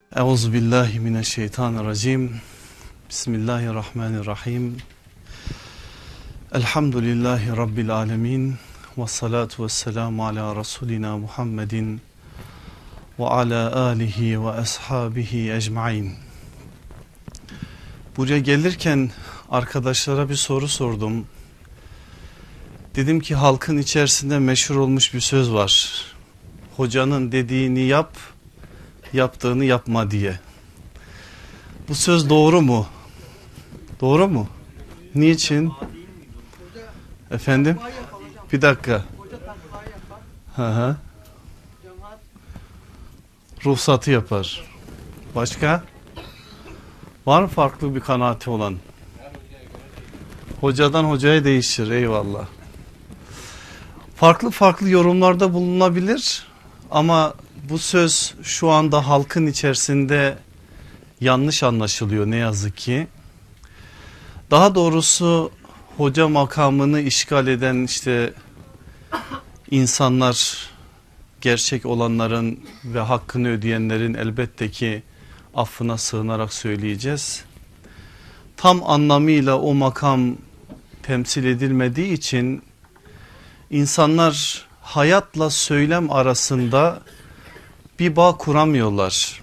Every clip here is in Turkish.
Euzubillahimineşşeytanirracim. Bismillahirrahmanirrahim. Elhamdülillahi Rabbil alemin. Ve salatu ve selamu ala Resulina Muhammedin ve ala alihi ve ashabihi ecmain. Buraya gelirken arkadaşlara bir soru sordum. Dedim ki halkın içerisinde meşhur olmuş bir söz var. Hocanın dediğini yap, yaptığını yapma diye. Bu söz doğru mu? Doğru mu? Niçin? Efendim? Bir dakika. Hı. Ruhsatı yapar. Başka? Var mı farklı bir kanaati olan? Hocadan hocaya değişir, eyvallah. Farklı yorumlarda bulunabilir ama bu söz şu anda halkın içerisinde yanlış anlaşılıyor ne yazık ki. Daha doğrusu hoca makamını işgal eden insanlar, gerçek olanların ve hakkını ödeyenlerin elbette ki affına sığınarak söyleyeceğiz. Tam anlamıyla o makam temsil edilmediği için insanlar hayatla söylem arasında bir bağ kuramıyorlar.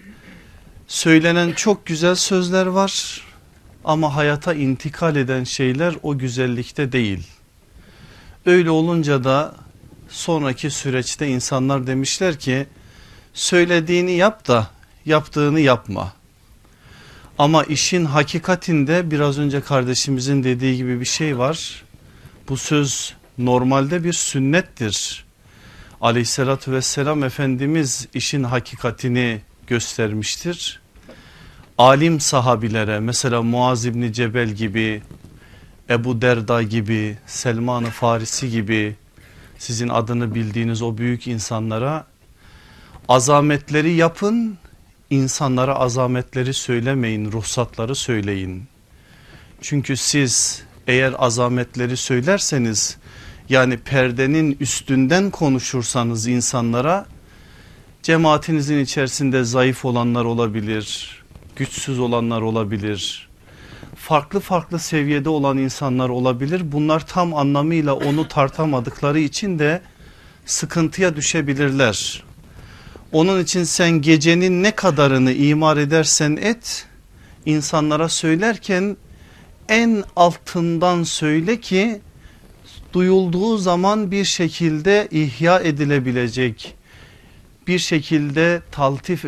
Söylenen çok güzel sözler var ama hayata intikal eden şeyler o güzellikte değil. Öyle olunca da sonraki süreçte insanlar demişler ki söylediğini yap da yaptığını yapma. Ama işin hakikatinde biraz önce kardeşimizin dediği gibi bir şey var. Bu söz normalde bir sünnettir. Aleyhissalatü vesselam Efendimiz işin hakikatini göstermiştir. Alim sahabilere, mesela Muaz İbni Cebel gibi, Ebu Derda gibi, Selman-ı Farisi gibi, sizin adını bildiğiniz o büyük insanlara azametleri yapın, insanlara azametleri söylemeyin, ruhsatları söyleyin. Çünkü siz eğer azametleri söylerseniz, yani perdenin üstünden konuşursanız insanlara, cemaatinizin içerisinde zayıf olanlar olabilir, güçsüz olanlar olabilir, farklı seviyede olan insanlar olabilir. Bunlar tam anlamıyla onu tartamadıkları için de sıkıntıya düşebilirler. Onun için sen gecenin ne kadarını imar edersen et, insanlara söylerken en altından söyle ki duyulduğu zaman bir şekilde ihya edilebilecek, bir şekilde taltif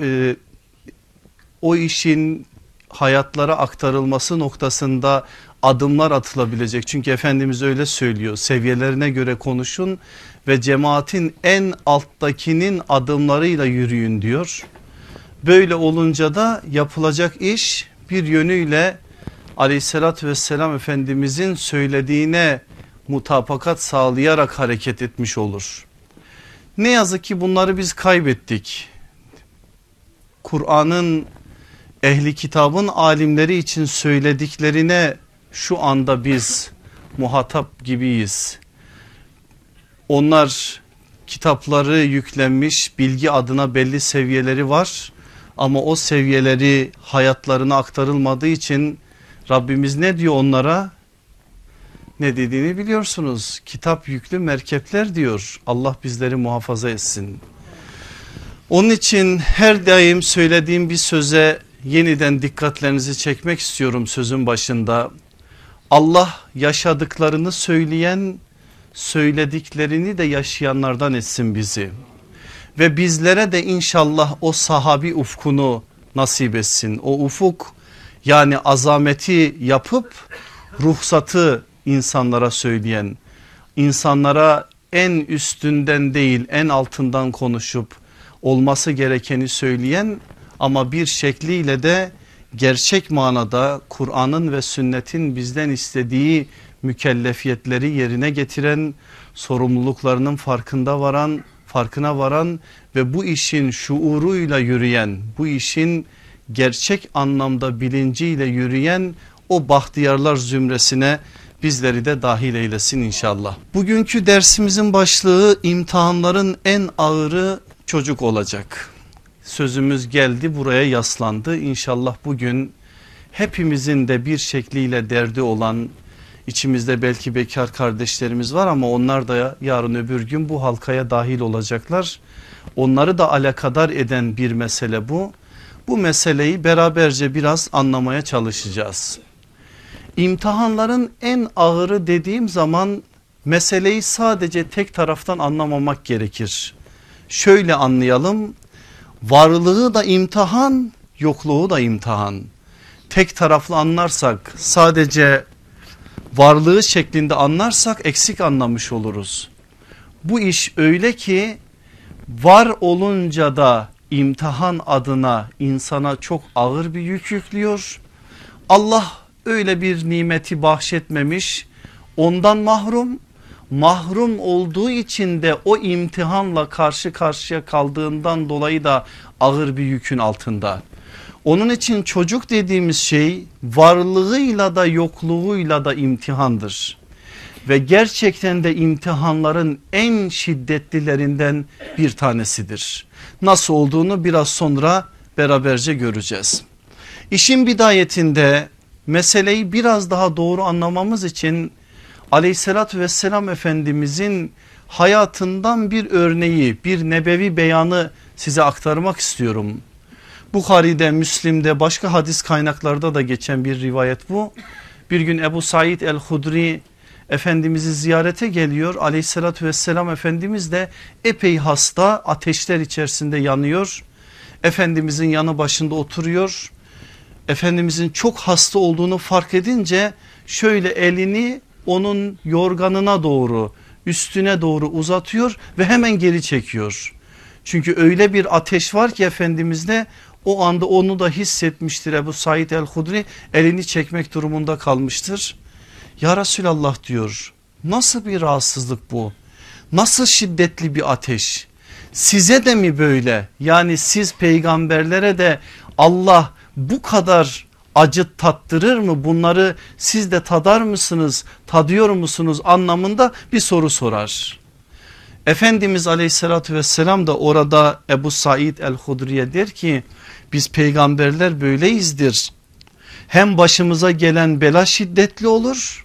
o işin hayatlara aktarılması noktasında adımlar atılabilecek. Çünkü Efendimiz öyle söylüyor, seviyelerine göre konuşun ve cemaatin en alttakinin adımlarıyla yürüyün diyor. Böyle olunca da yapılacak iş bir yönüyle Aleyhissalatü vesselam Efendimizin söylediğine mutabakat sağlayarak hareket etmiş olur. Ne yazık ki bunları biz kaybettik. Kur'an'ın ehli kitabın alimleri için söylediklerine şu anda biz muhatap gibiyiz. Onlar kitapları yüklenmiş, bilgi adına belli seviyeleri var ama o seviyeleri hayatlarına aktarılmadığı için Rabbimiz ne diyor onlara? Ne dediğini biliyorsunuz. Kitap yüklü merkepler diyor. Allah bizleri muhafaza etsin. Onun için her daim söylediğim bir söze yeniden dikkatlerinizi çekmek istiyorum sözün başında. Allah yaşadıklarını söyleyen, söylediklerini de yaşayanlardan etsin bizi. Ve bizlere de inşallah o sahabi ufkunu nasip etsin. O ufuk, yani azameti yapıp ruhsatı insanlara söyleyen, insanlara en üstünden değil en altından konuşup olması gerekeni söyleyen ama bir şekliyle de gerçek manada Kur'an'ın ve sünnetin bizden istediği mükellefiyetleri yerine getiren, sorumluluklarının farkına varan ve bu işin şuuruyla yürüyen, bu işin gerçek anlamda bilinciyle yürüyen o bahtiyarlar zümresine bizleri de dahil eylesin inşallah. Bugünkü dersimizin başlığı imtihanların en ağırı çocuk olacak. sözümüz geldi buraya yaslandı. İnşallah bugün hepimizin de bir şekliyle derdi olan, içimizde belki bekar kardeşlerimiz var ama onlar da yarın öbür gün bu halkaya dahil olacaklar. Onları da alakadar eden bir mesele bu. Bu meseleyi beraberce biraz anlamaya çalışacağız. İmtihanların en ağırı dediğim zaman meseleyi sadece tek taraftan anlamamak gerekir. Şöyle anlayalım: varlığı da imtihan, yokluğu da imtihan. Tek taraflı anlarsak, sadece varlığı şeklinde anlarsak eksik anlamış oluruz. Bu iş öyle ki var olunca da imtihan adına insana çok ağır bir yük yüklüyor. Allah öyle bir nimeti bahşetmemiş, ondan mahrum olduğu için de o imtihanla karşı karşıya kaldığından dolayı da ağır bir yükün altında. Onun için çocuk dediğimiz şey varlığıyla da yokluğuyla da imtihandır. Ve gerçekten de imtihanların en şiddetlilerinden bir tanesidir. Nasıl olduğunu biraz sonra beraberce göreceğiz. İşin bidayetinde meseleyi biraz daha doğru anlamamız için Aleyhissalatü vesselam Efendimizin hayatından bir örneği, bir nebevi beyanı size aktarmak istiyorum. Bukhari'de, Müslim'de, başka hadis kaynaklarda da geçen bir rivayet bu. Bir gün Ebu Said el-Hudri Efendimiz'i ziyarete geliyor. Aleyhissalatü vesselam Efendimiz de epey hasta, ateşler içerisinde yanıyor. Efendimizin yanı başında oturuyor. Efendimizin çok hasta olduğunu fark edince şöyle elini onun yorganına doğru, üstüne doğru uzatıyor ve hemen geri çekiyor. Çünkü öyle bir ateş var ki Efendimiz'de, o anda onu da hissetmiştir Ebu Said el-Hudri, elini çekmek durumunda kalmıştır. Ya Resulallah diyor, nasıl bir rahatsızlık bu? Nasıl şiddetli bir ateş? Size de mi böyle? Yani siz peygamberlere de Allah bu kadar acı tattırır mı? Bunları siz de tadar mısınız? Tadıyor musunuz anlamında bir soru sorar. Efendimiz aleyhissalatü vesselam da orada Ebu Said el-Hudri'ye der ki biz peygamberler böyleyizdir. Hem başımıza gelen bela şiddetli olur,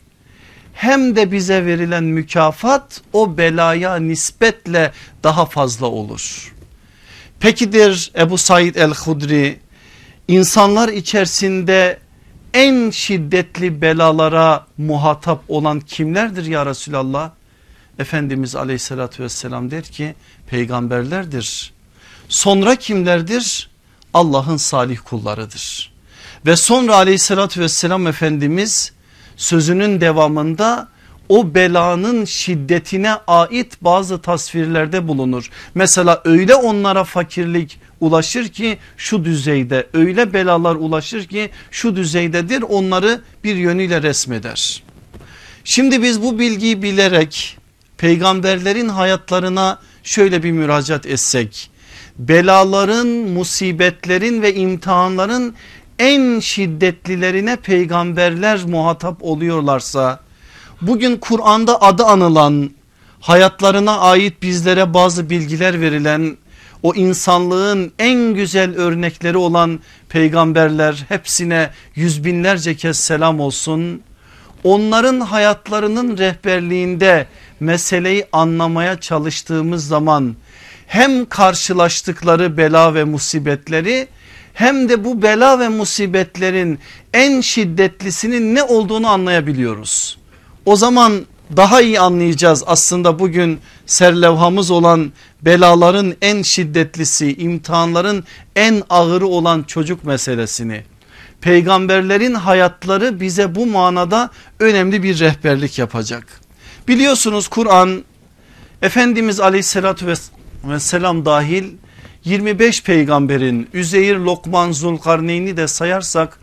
hem de bize verilen mükafat o belaya nispetle daha fazla olur. Peki der Ebu Said el-Hudri, insanlar içerisinde en şiddetli belalara muhatap olan kimlerdir ya Resulallah? Efendimiz aleyhissalatü vesselam der ki peygamberlerdir. Sonra kimlerdir? Allah'ın salih kullarıdır. Ve sonra aleyhissalatü vesselam Efendimiz sözünün devamında o belanın şiddetine ait bazı tasvirlerde bulunur. Mesela öyle onlara fakirlik ulaşır ki şu düzeyde, öyle belalar ulaşır ki şu düzeydedir, onları bir yönüyle resmeder. Şimdi biz bu bilgiyi bilerek peygamberlerin hayatlarına şöyle bir müracaat etsek, belaların, musibetlerin ve imtihanların en şiddetlilerine peygamberler muhatap oluyorlarsa, bugün Kur'an'da adı anılan, hayatlarına ait bizlere bazı bilgiler verilen, o insanlığın en güzel örnekleri olan peygamberler, hepsine yüz binlerce kez selam olsun. Onların hayatlarının rehberliğinde meseleyi anlamaya çalıştığımız zaman hem karşılaştıkları bela ve musibetleri, hem de bu bela ve musibetlerin en şiddetlisinin ne olduğunu anlayabiliyoruz. O zaman daha iyi anlayacağız aslında bugün serlevhamız olan belaların en şiddetlisi, imtihanların en ağırı olan çocuk meselesini. Peygamberlerin hayatları bize bu manada önemli bir rehberlik yapacak. Biliyorsunuz Kur'an Efendimiz aleyhissalatü vesselam dahil 25 peygamberin, Üzeyir, Lokman, Zulkarneyn'i de sayarsak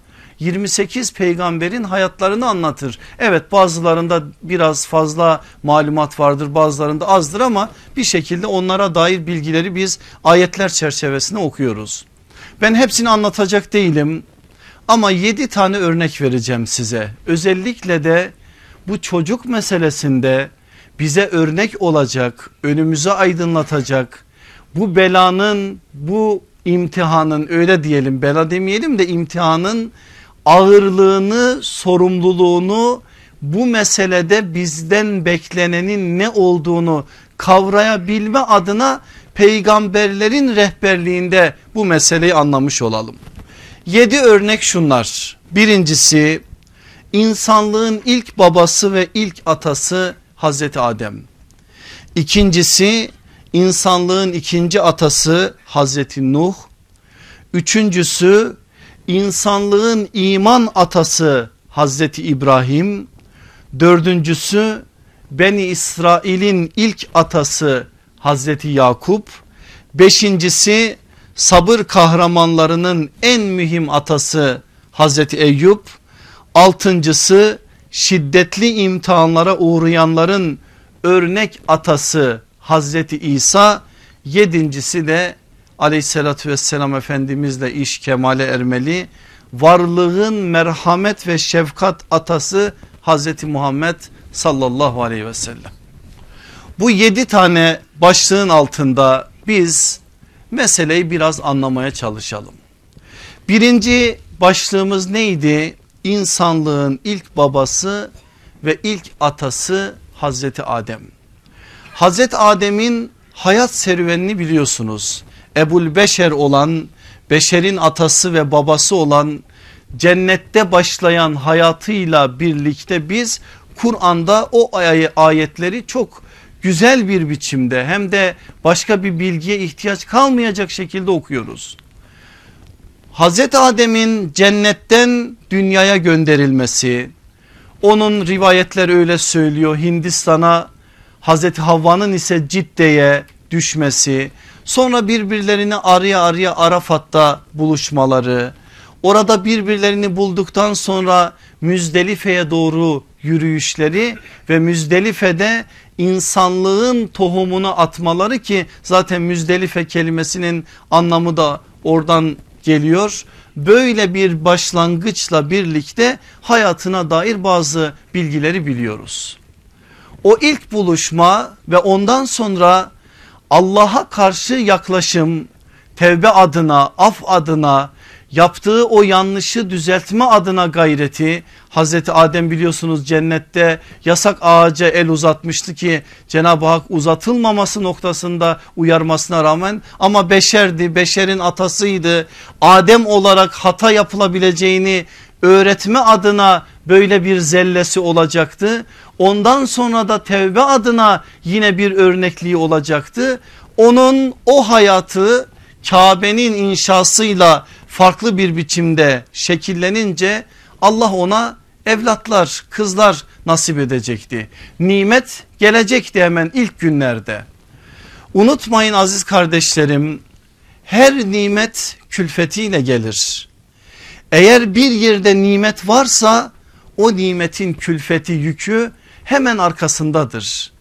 28 peygamberin hayatlarını anlatır. Evet, bazılarında biraz fazla malumat vardır, bazılarında azdır ama bir şekilde onlara dair bilgileri biz ayetler çerçevesinde okuyoruz. Ben hepsini anlatacak değilim ama 7 tane örnek vereceğim size. Özellikle de bu çocuk meselesinde bize örnek olacak, önümüzü aydınlatacak, bu belanın, bu imtihanın, öyle diyelim, bela demeyelim de, imtihanın ağırlığını, sorumluluğunu, bu meselede bizden beklenenin ne olduğunu kavrayabilme adına peygamberlerin rehberliğinde bu meseleyi anlamış olalım. 7 örnek şunlar. Birincisi, insanlığın ilk babası ve ilk atası Hazreti Adem. İkincisi, insanlığın ikinci atası Hazreti Nuh. Üçüncüsü, insanlığın iman atası Hazreti İbrahim. Dördüncüsü, Beni İsrail'in ilk atası Hazreti Yakup. Beşincisi, sabır kahramanlarının en mühim atası Hazreti Eyüp. Altıncısı, şiddetli imtihanlara uğrayanların örnek atası Hazreti İsa. Yedincisi de aleyhissalatü vesselam Efendimizle iş kemale ermeli, varlığın merhamet ve şefkat atası Hazreti Muhammed sallallahu aleyhi ve sellem. Bu 7 tane başlığın altında biz meseleyi biraz anlamaya çalışalım. Birinci başlığımız neydi? İnsanlığın ilk babası ve ilk atası Hazreti Adem. Hazreti Adem'in hayat serüvenini biliyorsunuz. Ebul Beşer olan, beşerin atası ve babası olan, cennette başlayan hayatıyla birlikte biz Kur'an'da o ayetleri çok güzel bir biçimde, hem de başka bir bilgiye ihtiyaç kalmayacak şekilde okuyoruz. Hazreti Adem'in cennetten dünyaya gönderilmesi, onun rivayetler öyle söylüyor, Hindistan'a, Hazreti Havva'nın ise Cidde'ye düşmesi, sonra birbirlerini araya Arafat'ta buluşmaları, orada birbirlerini bulduktan sonra Müzdelife'ye doğru yürüyüşleri ve Müzdelife'de insanlığın tohumunu atmaları, ki zaten Müzdelife kelimesinin anlamı da oradan geliyor. Böyle bir başlangıçla birlikte hayatına dair bazı bilgileri biliyoruz. O ilk buluşma ve ondan sonra Allah'a karşı yaklaşım, tevbe adına, af adına, yaptığı o yanlışı düzeltme adına gayreti, Hazreti Adem biliyorsunuz cennette yasak ağaca el uzatmıştı ki Cenab-ı Hak uzatılmaması noktasında uyarmasına rağmen, ama beşerdi, beşerin atasıydı. Adem olarak hata yapılabileceğini öğretme adına böyle bir zellesi olacaktı. Ondan sonra da tevbe adına yine bir örnekliği olacaktı. Onun o hayatı Kabe'nin inşasıyla farklı bir biçimde şekillenince Allah ona evlatlar, kızlar nasip edecekti. Nimet gelecekti hemen ilk günlerde. Unutmayın aziz kardeşlerim, her nimet külfetiyle gelir. Eğer bir yerde nimet varsa o nimetin külfeti, yükü hemen arkasındadır.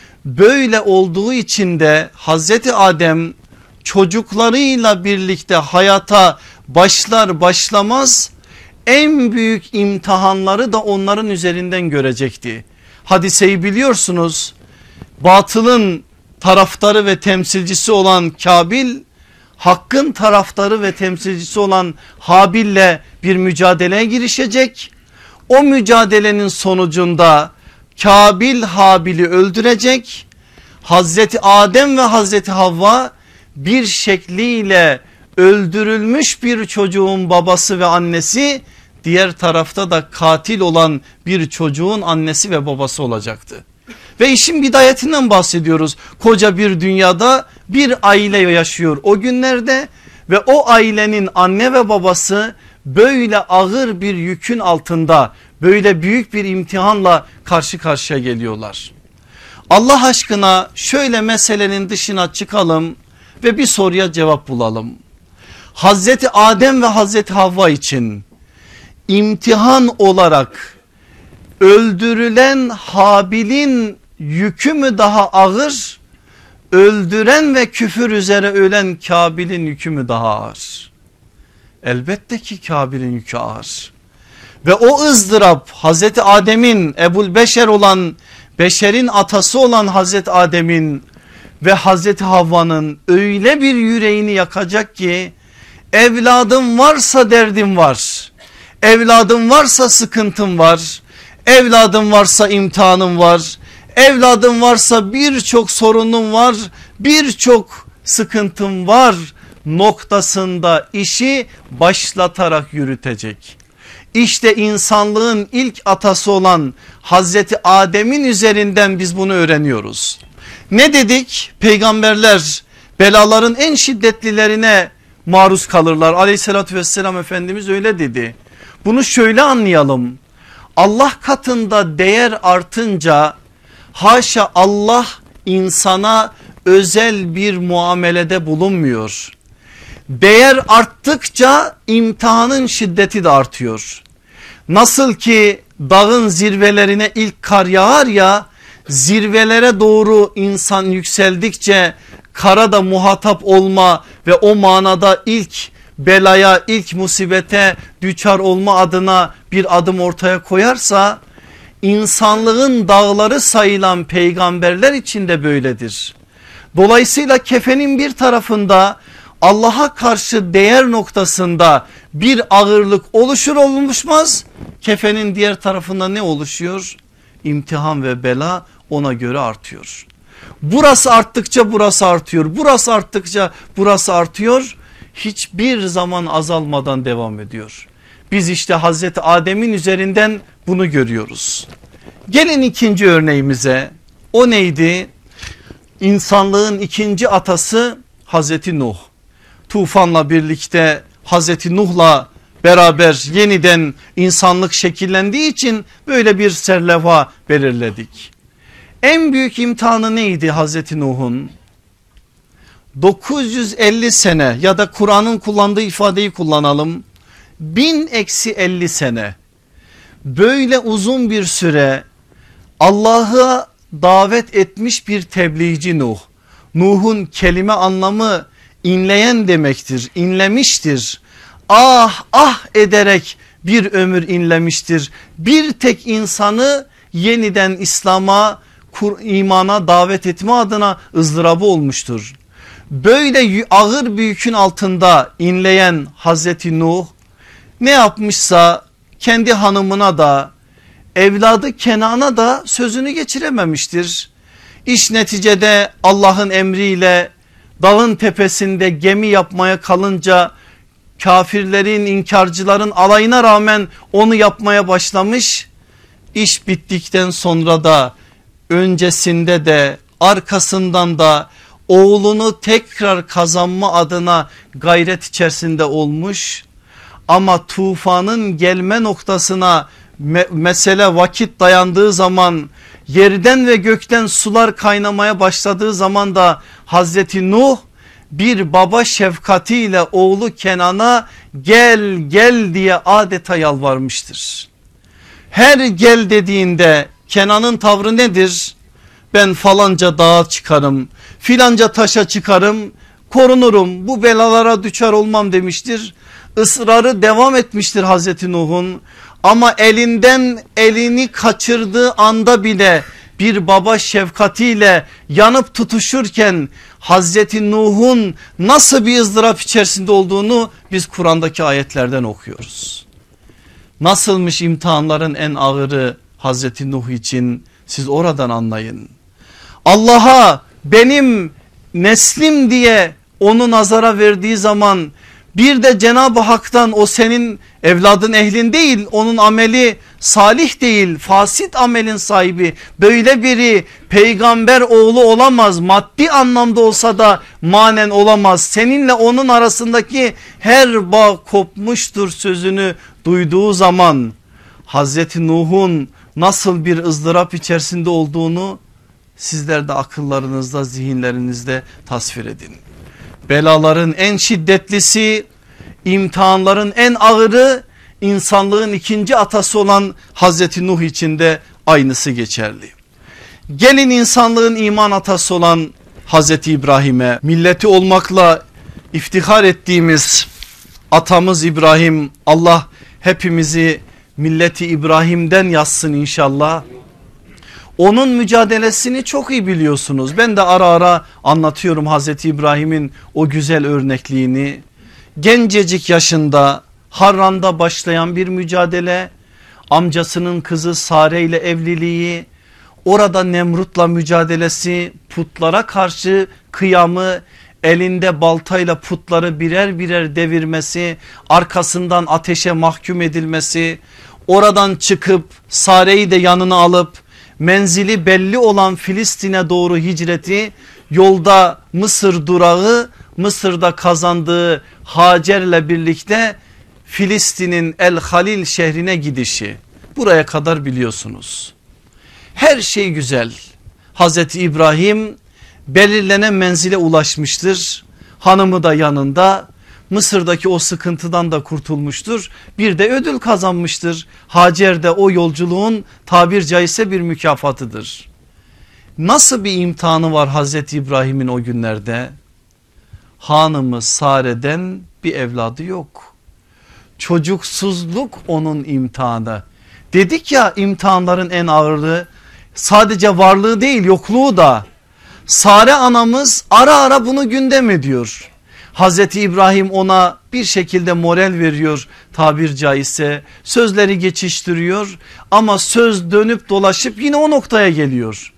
Böyle olduğu için de Hazreti Adem çocuklarıyla birlikte hayata başlar başlamaz en büyük imtihanları da onların üzerinden görecekti. Hadiseyi biliyorsunuz. Batılın taraftarı ve temsilcisi olan Kabil, hakkın taraftarı ve temsilcisi olan Habil'le bir mücadeleye girişecek. O mücadelenin sonucunda Kabil Habil'i öldürecek. Hazreti Adem ve Hazreti Havva bir şekliyle öldürülmüş bir çocuğun babası ve annesi, diğer tarafta da katil olan bir çocuğun annesi ve babası olacaktı. Ve işin bidayetinden bahsediyoruz. Koca bir dünyada bir aile yaşıyor o günlerde ve o ailenin anne ve babası böyle ağır bir yükün altında, böyle büyük bir imtihanla karşı karşıya geliyorlar. Allah aşkına şöyle meselenin dışına çıkalım ve bir soruya cevap bulalım. Hazreti Adem ve Hazreti Havva için imtihan olarak öldürülen Habil'in yükü mü daha ağır, öldüren ve küfür üzere ölen Kabil'in yükü mü daha ağır? Elbette ki Kabil'in yükü ağır. Ve o ızdırap Hazreti Adem'in, Ebul Beşer olan, beşerin atası olan Hazreti Adem'in ve Hazreti Havva'nın öyle bir yüreğini yakacak ki evladım varsa derdim var, evladım varsa sıkıntım var, evladım varsa imtihanım var, evladım varsa birçok sorunum var, birçok sıkıntım var noktasında işi başlatarak yürütecek. İşte insanlığın ilk atası olan Hazreti Adem'in üzerinden biz bunu öğreniyoruz. Ne dedik? Peygamberler belaların en şiddetlilerine maruz kalırlar. Aleyhissalatü vesselam Efendimiz öyle dedi. Bunu şöyle anlayalım. Allah katında değer artınca haşa Allah insana özel bir muamelede bulunmuyor. Değer arttıkça imtihanın şiddeti de artıyor. Nasıl ki dağın zirvelerine ilk kar yağar ya, zirvelere doğru insan yükseldikçe kara da muhatap olma ve o manada ilk belaya, ilk musibete düçar olma adına bir adım ortaya koyarsa, insanlığın dağları sayılan peygamberler için de böyledir. Dolayısıyla kefenin bir tarafında Allah'a karşı değer noktasında bir ağırlık oluşur oluşmaz, kefenin diğer tarafında ne oluşuyor? İmtihan ve bela ona göre artıyor. Burası arttıkça burası artıyor, burası arttıkça burası artıyor, hiçbir zaman azalmadan devam ediyor. Biz işte Hazreti Adem'in üzerinden bunu görüyoruz. Gelin ikinci örneğimize. O neydi? İnsanlığın ikinci atası Hazreti Nuh. Tufanla birlikte Hazreti Nuh'la beraber yeniden insanlık şekillendiği için böyle bir serlevha belirledik. En büyük imtihanı neydi Hazreti Nuh'un? 950 sene ya da Kur'an'ın kullandığı ifadeyi kullanalım. 1000-50 sene böyle uzun bir süre Allah'a davet etmiş bir tebliğci Nuh. Nuh'un kelime anlamı inleyen demektir, inlemiştir. Ah ah ederek bir ömür inlemiştir. Bir tek insanı yeniden İslam'a, imana davet etme adına ızdırabı olmuştur. Böyle ağır bir yükün altında inleyen Hazreti Nuh ne yapmışsa kendi hanımına da evladı Kenan'a da sözünü geçirememiştir. İş neticede Allah'ın emriyle dağın tepesinde gemi yapmaya kalınca kafirlerin, inkarcıların alayına rağmen onu yapmaya başlamış. İş bittikten sonra da öncesinde de arkasından da oğlunu tekrar kazanma adına gayret içerisinde olmuş. Ama tufanın gelme noktasına mesele vakit dayandığı zaman, yerden ve gökten sular kaynamaya başladığı zaman da Hazreti Nuh bir baba şefkatiyle oğlu Kenan'a gel gel diye adeta yalvarmıştır. Her gel dediğinde Kenan'ın tavrı nedir? Ben falanca dağa çıkarım, filanca taşa çıkarım, korunurum, bu belalara düçar olmam demiştir. Israrı devam etmiştir Hazreti Nuh'un, ama elinden elini kaçırdığı anda bile bir baba şefkatiyle yanıp tutuşurken Hazreti Nuh'un nasıl bir ızdırap içerisinde olduğunu biz Kur'an'daki ayetlerden okuyoruz. Nasılmış imtihanların en ağırı Hazreti Nuh için, siz oradan anlayın. Allah'a benim neslim diye onu nazara verdiği zaman bir de Cenab-ı Hak'tan o senin evladın ehlin değil, onun ameli salih değil, fasit amelin sahibi, böyle biri peygamber oğlu olamaz, maddi anlamda olsa da manen olamaz, seninle onun arasındaki her bağ kopmuştur sözünü duyduğu zaman Hazreti Nuh'un nasıl bir ızdırap içerisinde olduğunu sizler de akıllarınızda, zihinlerinizde tasvir edin. Belaların en şiddetlisi, imtihanların en ağırı insanlığın ikinci atası olan Hazreti Nuh için de aynısı geçerli. Gelin insanlığın iman atası olan Hazreti İbrahim'e, milleti olmakla iftihar ettiğimiz atamız İbrahim, Allah hepimizi milleti İbrahim'den yazsın inşallah. Onun mücadelesini çok iyi biliyorsunuz. Ben de ara ara anlatıyorum Hazreti İbrahim'in o güzel örnekliğini. Gencecik yaşında Harran'da başlayan bir mücadele, amcasının kızı Sare ile evliliği, orada Nemrut'la mücadelesi, putlara karşı kıyamı, elinde baltayla putları birer birer devirmesi, arkasından ateşe mahkum edilmesi, oradan çıkıp Sare'yi de yanına alıp menzili belli olan Filistin'e doğru hicreti, yolda Mısır durağı, Mısır'da kazandığı Hacer'le birlikte Filistin'in El Halil şehrine gidişi, buraya kadar biliyorsunuz. Her şey güzel. Hazreti İbrahim belirlenen menzile ulaşmıştır. Hanımı da yanında, Mısır'daki o sıkıntıdan da kurtulmuştur. Bir de ödül kazanmıştır. Hacer de o yolculuğun tabir caizse bir mükafatıdır. Nasıl bir imtihanı var Hazreti İbrahim'in o günlerde? Hanımı Sare'den bir evladı yok. Çocuksuzluk onun imtihanı. Dedik ya, imtihanların en ağırı sadece varlığı değil, yokluğu da. Sare anamız ara ara bunu gündem ediyor. Hazreti İbrahim ona bir şekilde moral veriyor tabir caizse, sözleri geçiştiriyor ama söz dönüp dolaşıp yine o noktaya geliyor.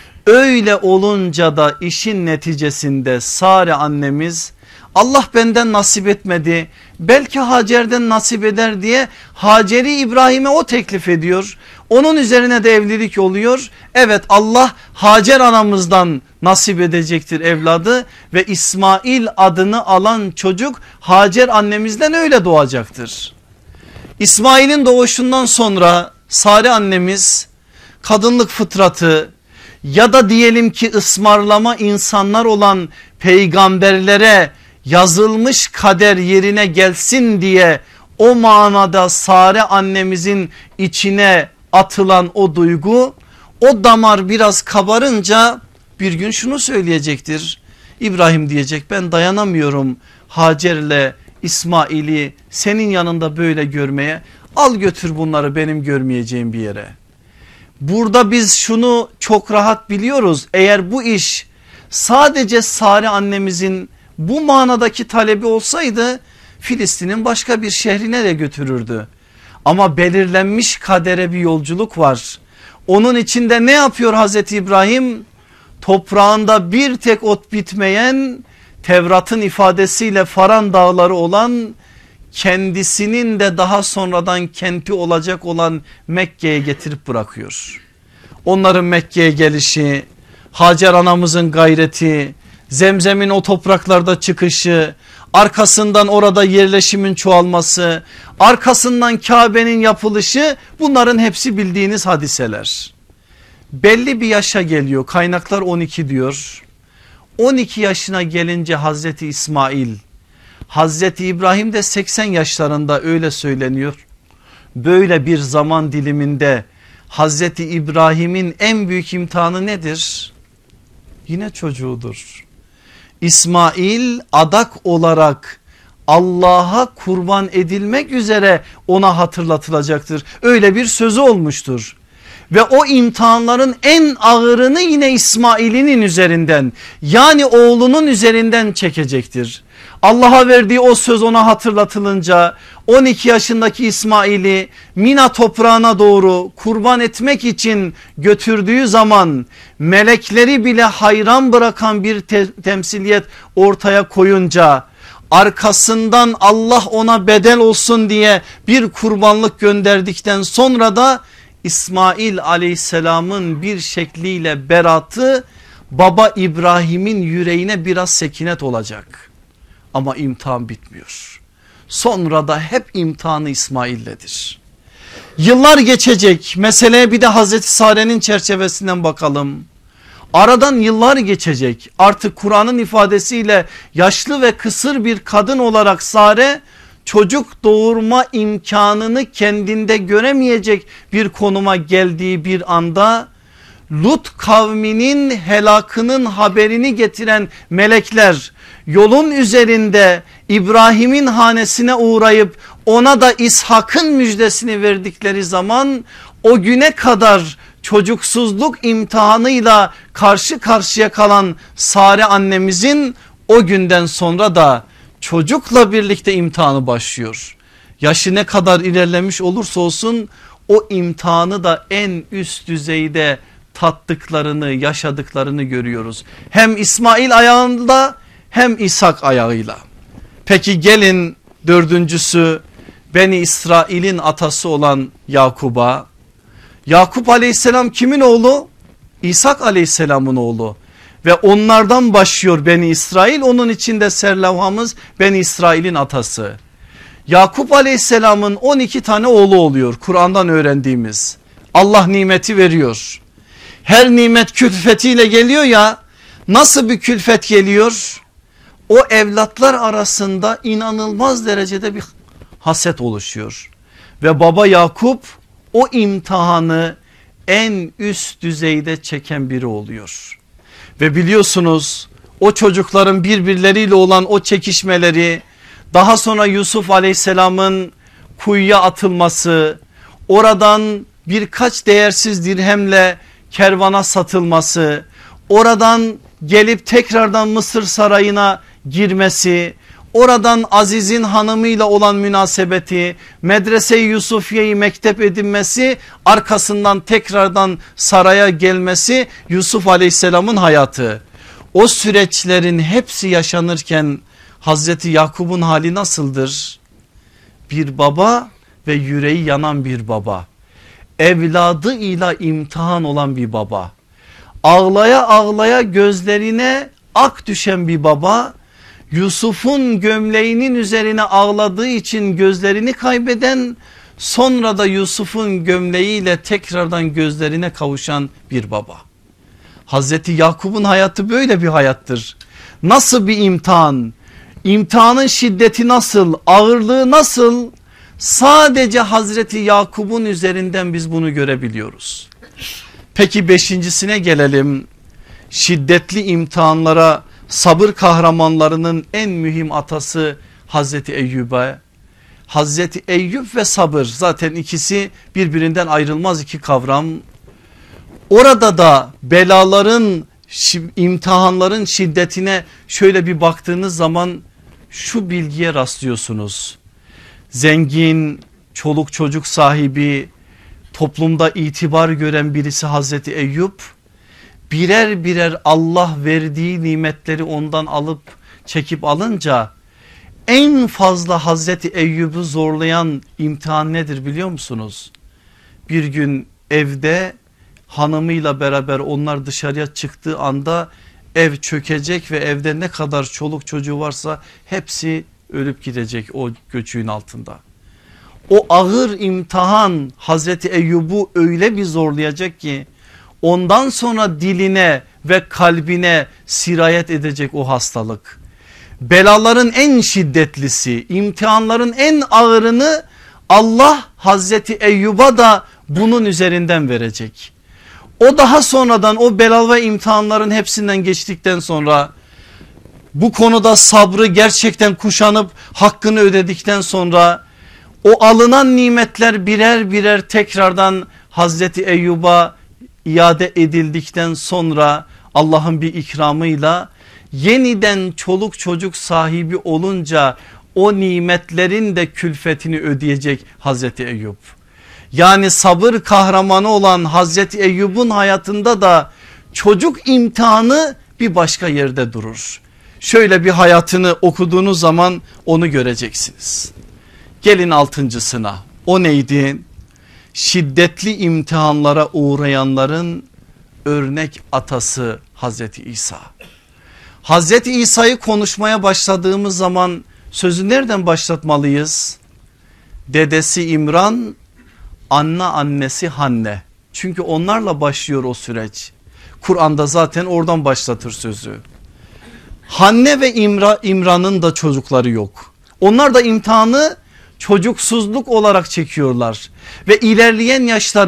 Öyle olunca da işin neticesinde Sare annemiz, Allah benden nasip etmedi, belki Hacer'den nasip eder diye Hacer'i İbrahim'e o teklif ediyor. Onun üzerine de evlilik oluyor. Evet, Allah Hacer anamızdan nasip edecektir evladı ve İsmail adını alan çocuk Hacer annemizden öyle doğacaktır. İsmail'in doğuşundan sonra Sare annemiz kadınlık fıtratı ya da diyelim ki ısmarlama insanlar olan peygamberlere yazılmış kader yerine gelsin diye o manada Sare annemizin içine atılan o duygu, o damar biraz kabarınca bir gün şunu söyleyecektir. İbrahim diyecek, ben dayanamıyorum Hacer'le İsmail'i senin yanında böyle görmeye, al götür bunları benim görmeyeceğim bir yere. Burada biz şunu çok rahat biliyoruz, eğer bu iş sadece Sare annemizin bu manadaki talebi olsaydı Filistin'in başka bir şehrine de götürürdü. Ama belirlenmiş kadere bir yolculuk var. Onun içinde ne yapıyor Hazreti İbrahim? Toprağında bir tek ot bitmeyen, Tevrat'ın ifadesiyle Faran dağları olan, kendisinin de daha sonradan kenti olacak olan Mekke'ye getirip bırakıyor. Onların Mekke'ye gelişi, Hacer anamızın gayreti, Zemzem'in o topraklarda çıkışı, arkasından orada yerleşimin çoğalması, arkasından Kabe'nin yapılışı, bunların hepsi bildiğiniz hadiseler. Belli bir yaşa geliyor, kaynaklar 12 diyor. 12 yaşına gelince Hazreti İsmail, Hazreti İbrahim de 80 yaşlarında, öyle söyleniyor. Böyle bir zaman diliminde Hazreti İbrahim'in en büyük imtihanı nedir? Yine çocuğudur. İsmail adak olarak Allah'a kurban edilmek üzere ona hatırlatılacaktır. Öyle bir sözü olmuştur. Ve o imtihanların en ağırını yine İsmail'in üzerinden, yani oğlunun üzerinden çekecektir. Allah'a verdiği o söz ona hatırlatılınca 12 yaşındaki İsmail'i Mina toprağına doğru kurban etmek için götürdüğü zaman melekleri bile hayran bırakan bir temsiliyet ortaya koyunca, arkasından Allah ona bedel olsun diye bir kurbanlık gönderdikten sonra da İsmail aleyhisselamın bir şekliyle beratı baba İbrahim'in yüreğine biraz sekinet olacak. Ama imtihan bitmiyor. Sonra da hep imtihanı İsmail'ledir. Yıllar geçecek. Meseleye bir de Hazreti Sare'nin çerçevesinden bakalım. Aradan yıllar geçecek. Artık Kur'an'ın ifadesiyle yaşlı ve kısır bir kadın olarak Sare çocuk doğurma imkanını kendinde göremeyecek bir konuma geldiği bir anda Lut kavminin helakının haberini getiren melekler yolun üzerinde İbrahim'in hanesine uğrayıp ona da İshak'ın müjdesini verdikleri zaman o güne kadar çocuksuzluk imtihanıyla karşı karşıya kalan Sare annemizin o günden sonra da çocukla birlikte imtihanı başlıyor. Yaşı ne kadar ilerlemiş olursa olsun o imtihanı da en üst düzeyde tattıklarını, yaşadıklarını görüyoruz. Hem İsmail ayağında hem İshak ayağıyla. Peki gelin dördüncüsü, Beni İsrail'in atası olan Yakub'a. Yakup aleyhisselam kimin oğlu? İshak aleyhisselamın oğlu. Ve onlardan başlıyor Beni İsrail, onun içinde serlevhamız Beni İsrail'in atası. Yakup aleyhisselamın 12 tane oğlu oluyor Kur'an'dan öğrendiğimiz. Allah nimeti veriyor. Her nimet külfetiyle geliyor ya, nasıl bir külfet geliyor? O evlatlar arasında inanılmaz derecede bir haset oluşuyor. Ve baba Yakup o imtihanı en üst düzeyde çeken biri oluyor. Ve biliyorsunuz o çocukların birbirleriyle olan o çekişmeleri, daha sonra Yusuf aleyhisselamın kuyuya atılması, oradan birkaç değersiz dirhemle kervana satılması, oradan gelip tekrardan Mısır sarayına girmesi, oradan Aziz'in hanımıyla olan münasebeti, Medrese-i Yusufiye'yi mektep edinmesi, arkasından tekrardan saraya gelmesi, Yusuf aleyhisselamın hayatı. O süreçlerin hepsi yaşanırken Hazreti Yakup'un hali nasıldır? Bir baba ve yüreği yanan bir baba. Evladıyla imtihan olan bir baba. Ağlaya ağlaya gözlerine ak düşen bir baba. Yusuf'un gömleğinin üzerine ağladığı için gözlerini kaybeden, sonra da Yusuf'un gömleğiyle tekrardan gözlerine kavuşan bir baba. Hazreti Yakup'un hayatı böyle bir hayattır. Nasıl bir imtihan? İmtihanın şiddeti nasıl, ağırlığı nasıl? Sadece Hazreti Yakup'un üzerinden biz bunu görebiliyoruz. Peki beşincisine gelelim. Şiddetli imtihanlara sabır kahramanlarının en mühim atası Hazreti Eyyub'e. Hazreti Eyyub ve sabır, zaten ikisi birbirinden ayrılmaz iki kavram. Orada da belaların, imtihanların şiddetine şöyle bir baktığınız zaman şu bilgiye rastlıyorsunuz. Zengin, çoluk çocuk sahibi, toplumda itibar gören birisi Hazreti Eyyub, birer birer Allah verdiği nimetleri ondan alıp çekip alınca en fazla Hazreti Eyyub'u zorlayan imtihan nedir biliyor musunuz? Bir gün evde hanımıyla beraber onlar dışarıya çıktığı anda ev çökecek ve evde ne kadar çoluk çocuğu varsa hepsi ölüp gidecek o göçüğün altında. O ağır imtihan Hazreti Eyyub'u öyle bir zorlayacak ki ondan sonra diline ve kalbine sirayet edecek o hastalık. Belaların en şiddetlisi, imtihanların en ağırını Allah Hazreti Eyyub'a da bunun üzerinden verecek. O daha sonradan o bela ve imtihanların hepsinden geçtikten sonra, bu konuda sabrı gerçekten kuşanıp hakkını ödedikten sonra, o alınan nimetler birer birer tekrardan Hazreti Eyyub'a iade edildikten sonra Allah'ın bir ikramıyla yeniden çoluk çocuk sahibi olunca o nimetlerin de külfetini ödeyecek Hazreti Eyyub. Yani sabır kahramanı olan Hazreti Eyyub'un hayatında da çocuk imtihanı bir başka yerde durur. Şöyle bir hayatını okuduğunuz zaman onu göreceksiniz. Gelin altıncısına, o neydi? Şiddetli imtihanlara uğrayanların örnek atası Hazreti İsa. Hazreti İsa'yı konuşmaya başladığımız zaman sözü nereden başlatmalıyız? Dedesi İmran, annesi Hanne. Çünkü onlarla başlıyor o süreç. Kur'an'da zaten oradan başlatır sözü. Hanne ve İmran'ın da çocukları yok. Onlar da imtihanı çocuksuzluk olarak çekiyorlar. Ve ilerleyen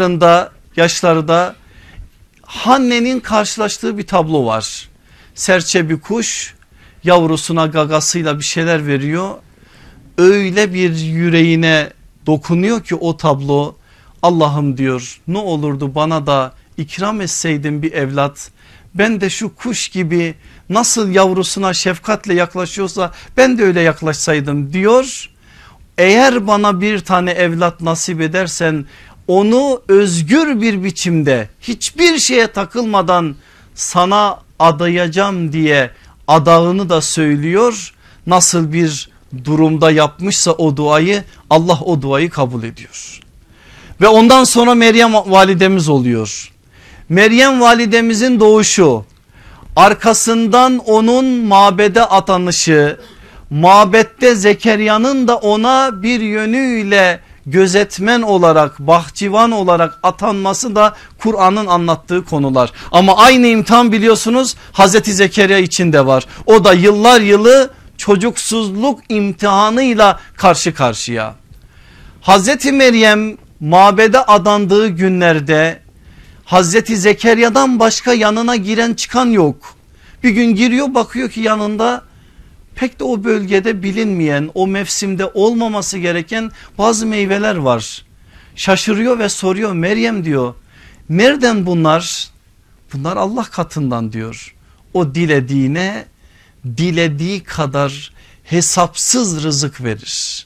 yaşlarda Hanne'nin karşılaştığı bir tablo var. Serçe bir kuş yavrusuna gagasıyla bir şeyler veriyor. Öyle bir yüreğine dokunuyor ki o tablo, Allah'ım diyor, ne olurdu bana da ikram etseydin bir evlat, ben de şu kuş gibi nasıl yavrusuna şefkatle yaklaşıyorsa ben de öyle yaklaşsaydım diyor. Eğer bana bir tane evlat nasip edersen onu özgür bir biçimde hiçbir şeye takılmadan sana adayacağım diye adağını da söylüyor. Nasıl bir durumda yapmışsa o duayı, Allah o duayı kabul ediyor. Ve ondan sonra Meryem validemiz oluyor. Meryem validemizin doğuşu, arkasından onun mabede atanışı, mabette Zekeriya'nın da ona bir yönüyle gözetmen olarak, bahçıvan olarak atanması da Kur'an'ın anlattığı konular. Ama aynı imtihan biliyorsunuz Hazreti Zekeriya için de var. O da yıllar yılı çocuksuzluk imtihanıyla karşı karşıya. Hazreti Meryem mabede adandığı günlerde Hazreti Zekeriya'dan başka yanına giren çıkan yok. Bir gün giriyor, bakıyor ki yanında pek de o bölgede bilinmeyen, o mevsimde olmaması gereken bazı meyveler var. Şaşırıyor ve soruyor, Meryem diyor, nereden bunlar? Bunlar Allah katından diyor. O dilediğine dilediği kadar hesapsız rızık verir.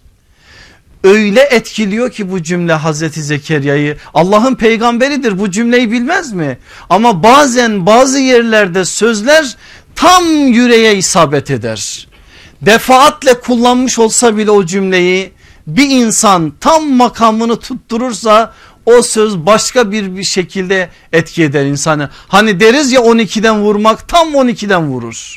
Öyle etkiliyor ki bu cümle Hazreti Zekeriya'yı. Allah'ın peygamberidir, bu cümleyi bilmez mi? Ama bazen bazı yerlerde sözler tam yüreğe isabet eder. Defaatle kullanmış olsa bile o cümleyi bir insan tam makamını tutturursa o söz başka bir şekilde etki eder insanı. Hani deriz ya 12'den vurmak, tam 12'den vurur.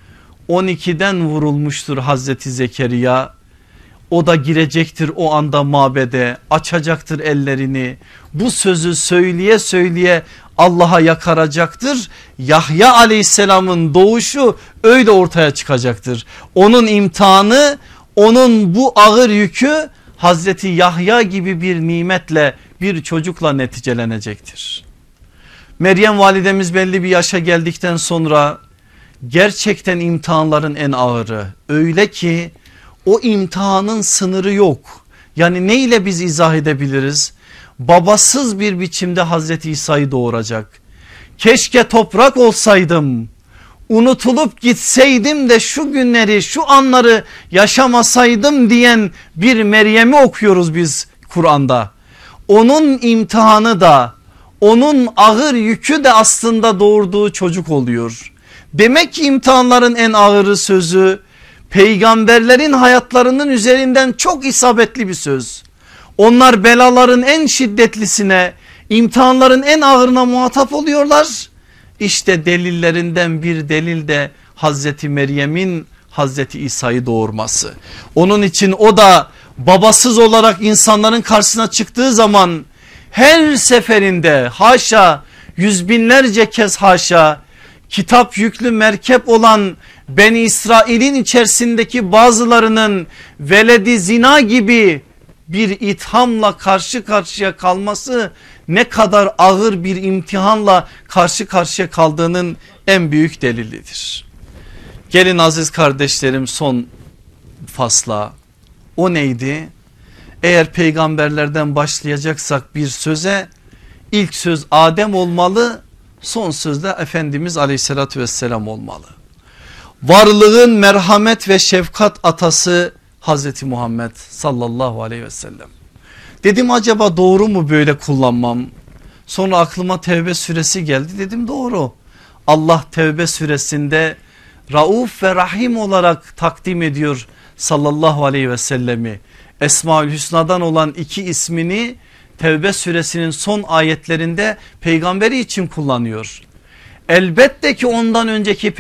12'den vurulmuştur Hazreti Zekeriya. O da girecektir o anda mabede, açacaktır ellerini, bu sözü söyleye söyleye Allah'a yakaracaktır. Yahya aleyhisselamın doğuşu öyle ortaya çıkacaktır. Onun imtihanı, onun bu ağır yükü Hazreti Yahya gibi bir nimetle, bir çocukla neticelenecektir. Meryem validemiz belli bir yaşa geldikten sonra gerçekten imtihanların en ağırı, öyle ki o imtihanın sınırı yok. Yani neyle biz izah edebiliriz? Babasız bir biçimde Hazreti İsa'yı doğuracak. Keşke toprak olsaydım, unutulup gitseydim de şu günleri, şu anları yaşamasaydım diyen bir Meryem'i okuyoruz biz Kur'an'da. Onun imtihanı da, onun ağır yükü de aslında doğurduğu çocuk oluyor. Demek ki imtihanların en ağırı sözü peygamberlerin hayatlarının üzerinden çok isabetli bir söz. Onlar belaların en şiddetlisine, imtihanların en ağırına muhatap oluyorlar. İşte delillerinden bir delil de Hazreti Meryem'in Hazreti İsa'yı doğurması. Onun için o da babasız olarak insanların karşısına çıktığı zaman her seferinde haşa, yüz binlerce kez haşa, kitap yüklü merkep olan Beni İsrail'in içerisindeki bazılarının veledi zina gibi bir ithamla karşı karşıya kalması ne kadar ağır bir imtihanla karşı karşıya kaldığının en büyük delilidir. Gelin aziz kardeşlerim son fasla. O neydi? Eğer peygamberlerden başlayacaksak bir söze, ilk söz Adem olmalı, son sözde Efendimiz aleyhissalatü vesselam olmalı. Varlığın merhamet ve şefkat atası Hazreti Muhammed sallallahu aleyhi ve sellem. Dedim acaba doğru mu böyle kullanmam? Sonra aklıma Tevbe suresi geldi, dedim doğru. Allah Tevbe suresinde Rauf ve Rahim olarak takdim ediyor sallallahu aleyhi ve sellemi. Esmaül Hüsna'dan olan iki ismini Tevbe suresinin son ayetlerinde peygamberi için kullanıyor. Elbette ki ondan önceki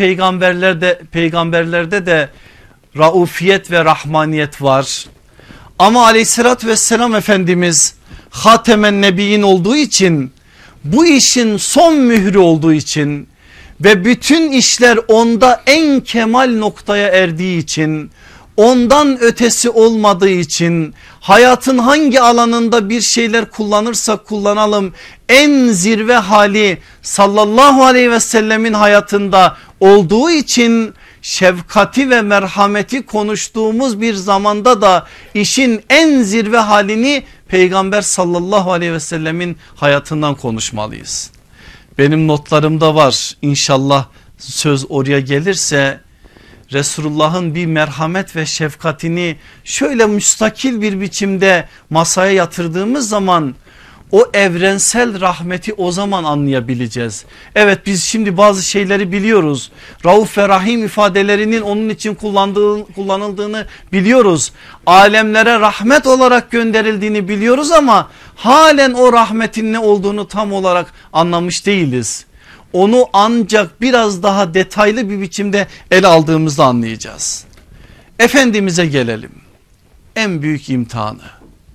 peygamberlerde de raufiyet ve rahmaniyet var. Ama aleyhissalatü vesselam Efendimiz Hatemen Nebiyin olduğu için, bu işin son mührü olduğu için ve bütün işler onda en kemal noktaya erdiği için, ondan ötesi olmadığı için, hayatın hangi alanında bir şeyler kullanırsak kullanalım en zirve hali sallallahu aleyhi ve sellemin hayatında olduğu için, şefkati ve merhameti konuştuğumuz bir zamanda da işin en zirve halini Peygamber sallallahu aleyhi ve sellemin hayatından konuşmalıyız. Benim notlarımda var, İnşallah söz oraya gelirse Resulullah'ın bir merhamet ve şefkatini şöyle müstakil bir biçimde masaya yatırdığımız zaman o evrensel rahmeti o zaman anlayabileceğiz. Evet, biz şimdi bazı şeyleri biliyoruz. Rauf ve Rahim ifadelerinin onun için kullanıldığını biliyoruz. Alemlere rahmet olarak gönderildiğini biliyoruz ama halen o rahmetin ne olduğunu tam olarak anlamış değiliz. Onu ancak biraz daha detaylı bir biçimde ele aldığımızda anlayacağız. Efendimiz'e gelelim. En büyük imtihanı,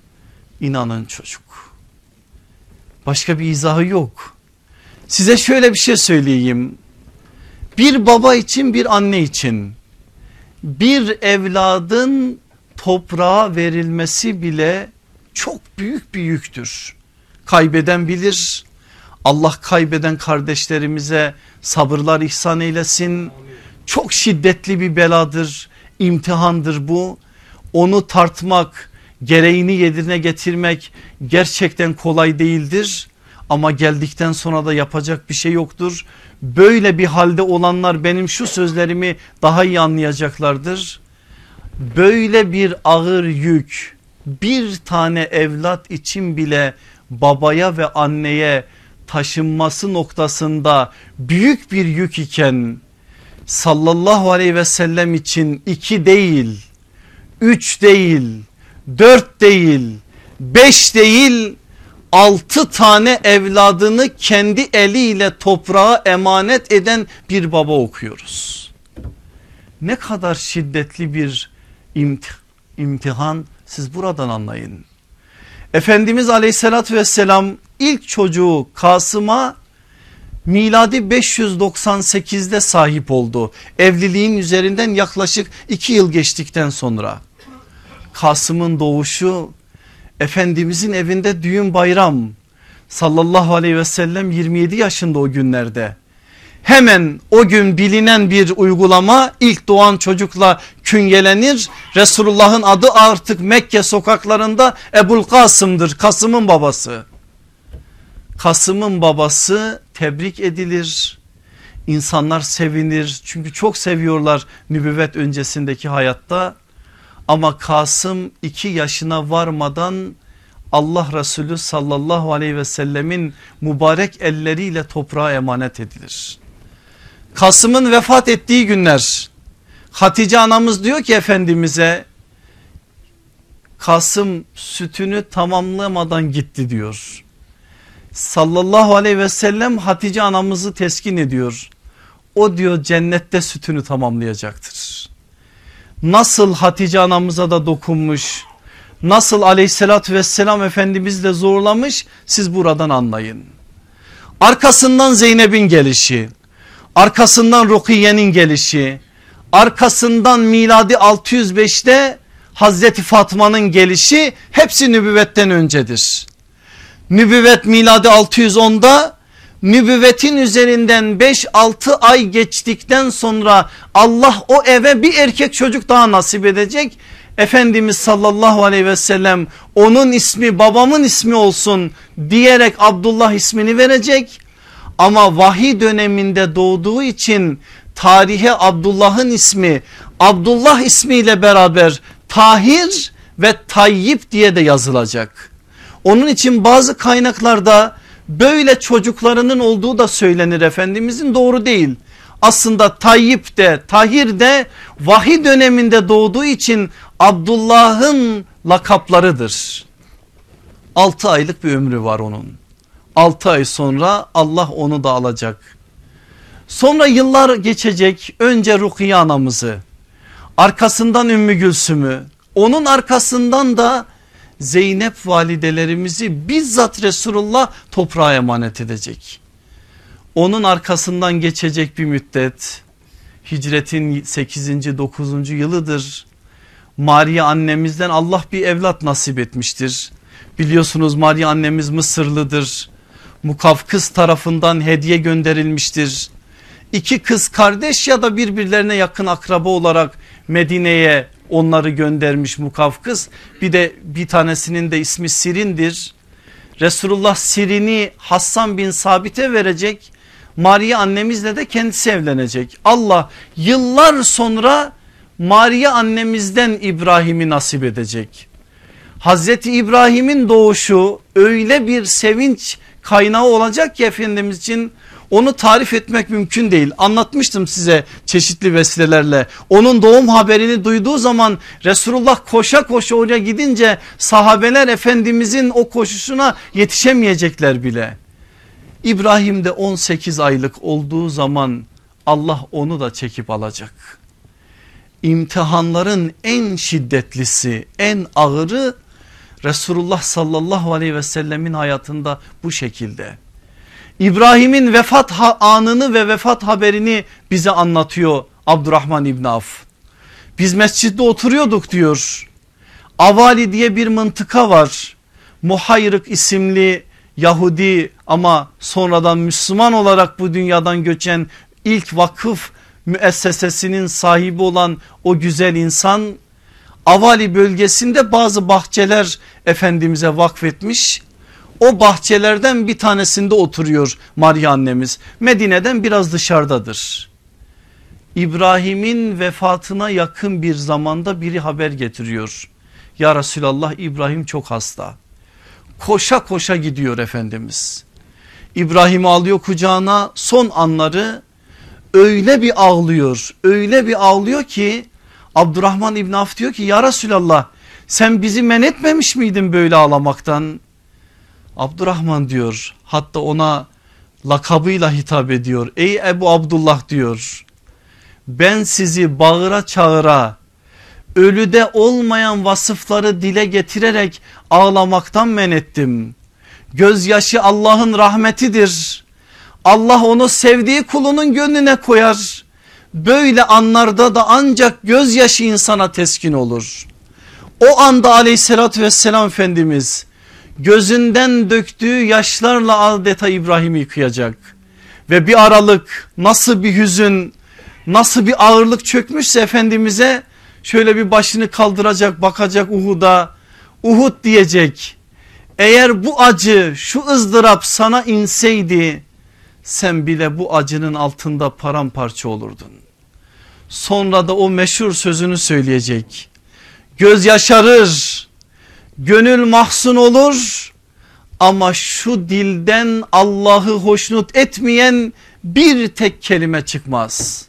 inanın çocuk. Başka bir izahı yok. Size şöyle bir şey söyleyeyim. Bir baba için, bir anne için bir evladın toprağa verilmesi bile çok büyük bir yüktür. Kaybeden bilir. Allah kaybeden kardeşlerimize sabırlar ihsan eylesin. Çok şiddetli bir beladır, imtihandır bu. Onu tartmak, gereğini yerine getirmek gerçekten kolay değildir. Ama geldikten sonra da yapacak bir şey yoktur. Böyle bir halde olanlar benim şu sözlerimi daha iyi anlayacaklardır. Böyle bir ağır yük bir tane evlat için bile babaya ve anneye taşınması noktasında büyük bir yük iken sallallahu aleyhi ve sellem için 2 değil, 3 değil, 4 değil, 5 değil, 6 tane evladını kendi eliyle toprağa emanet eden bir baba okuyoruz. Ne kadar şiddetli bir imtihan, siz buradan anlayın. Efendimiz aleyhissalatü vesselam ilk çocuğu Kasım'a miladi 598'de sahip oldu. Evliliğin üzerinden yaklaşık 2 yıl geçtikten sonra. Kasım'ın doğuşu, Efendimizin evinde düğün bayram. Sallallahu aleyhi ve sellem 27 yaşında o günlerde. Hemen o gün bilinen bir uygulama, ilk doğan çocukla künyelenir. Resulullah'ın adı artık Mekke sokaklarında Ebul Kasım'dır, Kasım'ın babası. Kasım'ın babası tebrik edilir. İnsanlar sevinir çünkü çok seviyorlar nübüvvet öncesindeki hayatta. Ama Kasım 2 yaşına varmadan Allah Resulü sallallahu aleyhi ve sellemin mübarek elleriyle toprağa emanet edilir. Kasım'ın vefat ettiği günler, Hatice anamız diyor ki Efendimiz'e, Kasım sütünü tamamlamadan gitti diyor. Sallallahu aleyhi ve sellem Hatice anamızı teskin ediyor. O diyor cennette sütünü tamamlayacaktır. Nasıl Hatice anamıza da dokunmuş, nasıl aleyhissalatü vesselam Efendimiz de zorlamış, siz buradan anlayın. Arkasından Zeynep'in gelişi, arkasından Rukiye'nin gelişi, arkasından miladi 605'te Hazreti Fatma'nın gelişi, hepsi nübüvvetten öncedir. Nübüvvet miladi 610'da, nübüvvetin üzerinden 5-6 ay geçtikten sonra Allah o eve bir erkek çocuk daha nasip edecek. Efendimiz sallallahu aleyhi ve sellem onun ismi babamın ismi olsun diyerek Abdullah ismini verecek. Ama vahiy döneminde doğduğu için tarihe Abdullah'ın ismi, Abdullah ismiyle beraber Tahir ve Tayyip diye de yazılacak. Onun için bazı kaynaklarda böyle çocuklarının olduğu da söylenir Efendimizin, doğru değil. Aslında Tayyip de Tahir de vahiy döneminde doğduğu için Abdullah'ın lakaplarıdır. 6 aylık bir ömrü var onun. 6 ay sonra Allah onu da alacak. Sonra yıllar geçecek, önce Rukiye anamızı, arkasından Ümmü Gülsüm'ü, onun arkasından da Zeynep validelerimizi bizzat Resulullah toprağa emanet edecek. Onun arkasından geçecek bir müddet, hicretin 8. 9. yılıdır. Maria annemizden Allah bir evlat nasip etmiştir. Biliyorsunuz Maria annemiz Mısırlıdır. Mukavkıs tarafından hediye gönderilmiştir. 2 kız kardeş ya da birbirlerine yakın akraba olarak Medine'ye onları göndermiş Mukavkıs. Bir tanesinin de ismi Sirin'dir. Resulullah Sirin'i Hassan bin Sabit'e verecek. Maria annemizle de kendisi evlenecek. Allah yıllar sonra Maria annemizden İbrahim'i nasip edecek. Hazreti İbrahim'in doğuşu öyle bir sevinç kaynağı olacak ki Efendimiz için, onu tarif etmek mümkün değil. Anlatmıştım size çeşitli vesilelerle. Onun doğum haberini duyduğu zaman Resulullah koşa koşa oraya gidince sahabeler Efendimizin o koşuşuna yetişemeyecekler bile. İbrahim de 18 aylık olduğu zaman Allah onu da çekip alacak. İmtihanların en şiddetlisi, en ağırı Resulullah sallallahu aleyhi ve sellemin hayatında bu şekilde. İbrahim'in vefat anını ve vefat haberini bize anlatıyor Abdurrahman İbni Avf. Biz mescitte oturuyorduk diyor. Avali diye bir mıntıka var. Muhayrık isimli Yahudi ama sonradan Müslüman olarak bu dünyadan göçen ilk vakıf müessesesinin sahibi olan o güzel insan, Avali bölgesinde bazı bahçeler Efendimiz'e vakfetmiş. O bahçelerden bir tanesinde oturuyor Maria annemiz. Medine'den biraz dışarıdadır. İbrahim'in vefatına yakın bir zamanda biri haber getiriyor. Ya Resulallah, İbrahim çok hasta. Koşa koşa gidiyor Efendimiz. İbrahim'i alıyor kucağına, son anları öyle bir ağlıyor. Öyle bir ağlıyor ki Abdurrahman İbni Avf diyor ki ya Resulallah, sen bizi men etmemiş miydin böyle ağlamaktan? Abdurrahman diyor, hatta ona lakabıyla hitap ediyor. Ey Ebu Abdullah diyor, ben sizi bağıra çağıra ölüde olmayan vasıfları dile getirerek ağlamaktan men ettim. Gözyaşı Allah'ın rahmetidir. Allah onu sevdiği kulunun gönlüne koyar. Böyle anlarda da ancak gözyaşı insana teskin olur. O anda aleyhissalatü vesselam Efendimiz gözünden döktüğü yaşlarla adeta İbrahim'i yıkayacak. Ve bir aralık, nasıl bir hüzün, nasıl bir ağırlık çökmüşse Efendimiz'e, şöyle bir başını kaldıracak, bakacak Uhud'a. Uhud diyecek, eğer bu acı, şu ızdırap sana inseydi sen bile bu acının altında paramparça olurdun. Sonra da o meşhur sözünü söyleyecek. Göz yaşarır, gönül mahzun olur ama şu dilden Allah'ı hoşnut etmeyen bir tek kelime çıkmaz.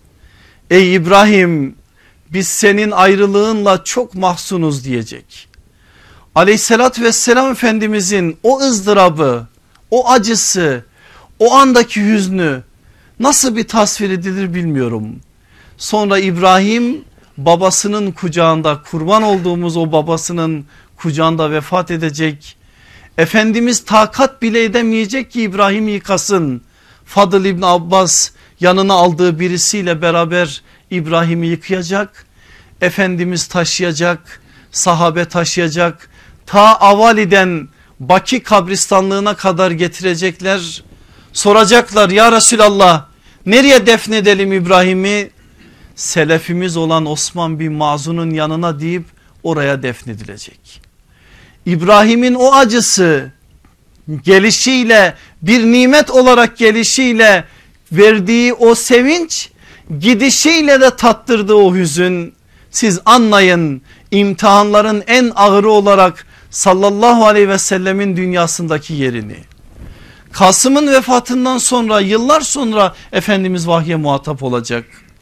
Ey İbrahim, biz senin ayrılığınla çok mahzunuz diyecek. Aleyhissalatü vesselam Efendimizin o ızdırabı, o acısı, o andaki hüznü nasıl bir tasvir edilir bilmiyorum. Sonra İbrahim babasının kucağında, kurban olduğumuz o babasının kucağında vefat edecek. Efendimiz takat bile edemeyecek ki İbrahim yıkasın. Fadıl İbni Abbas yanına aldığı birisiyle beraber İbrahim'i yıkayacak. Efendimiz taşıyacak, sahabe taşıyacak. Ta Avali'den Baki kabristanlığına kadar getirecekler. Soracaklar ya Resulallah, nereye defnedelim İbrahim'i? Selefimiz olan Osman bin Mazun'un yanına deyip oraya defnedilecek. İbrahim'in o acısı gelişiyle, bir nimet olarak gelişiyle verdiği o sevinç, gidişiyle de tattırdığı o hüzün. Siz anlayın, imtihanların en ağırı olarak sallallahu aleyhi ve sellemin dünyasındaki yerini. Kasım'ın vefatından sonra, yıllar sonra Efendimiz vahye muhatap olacak.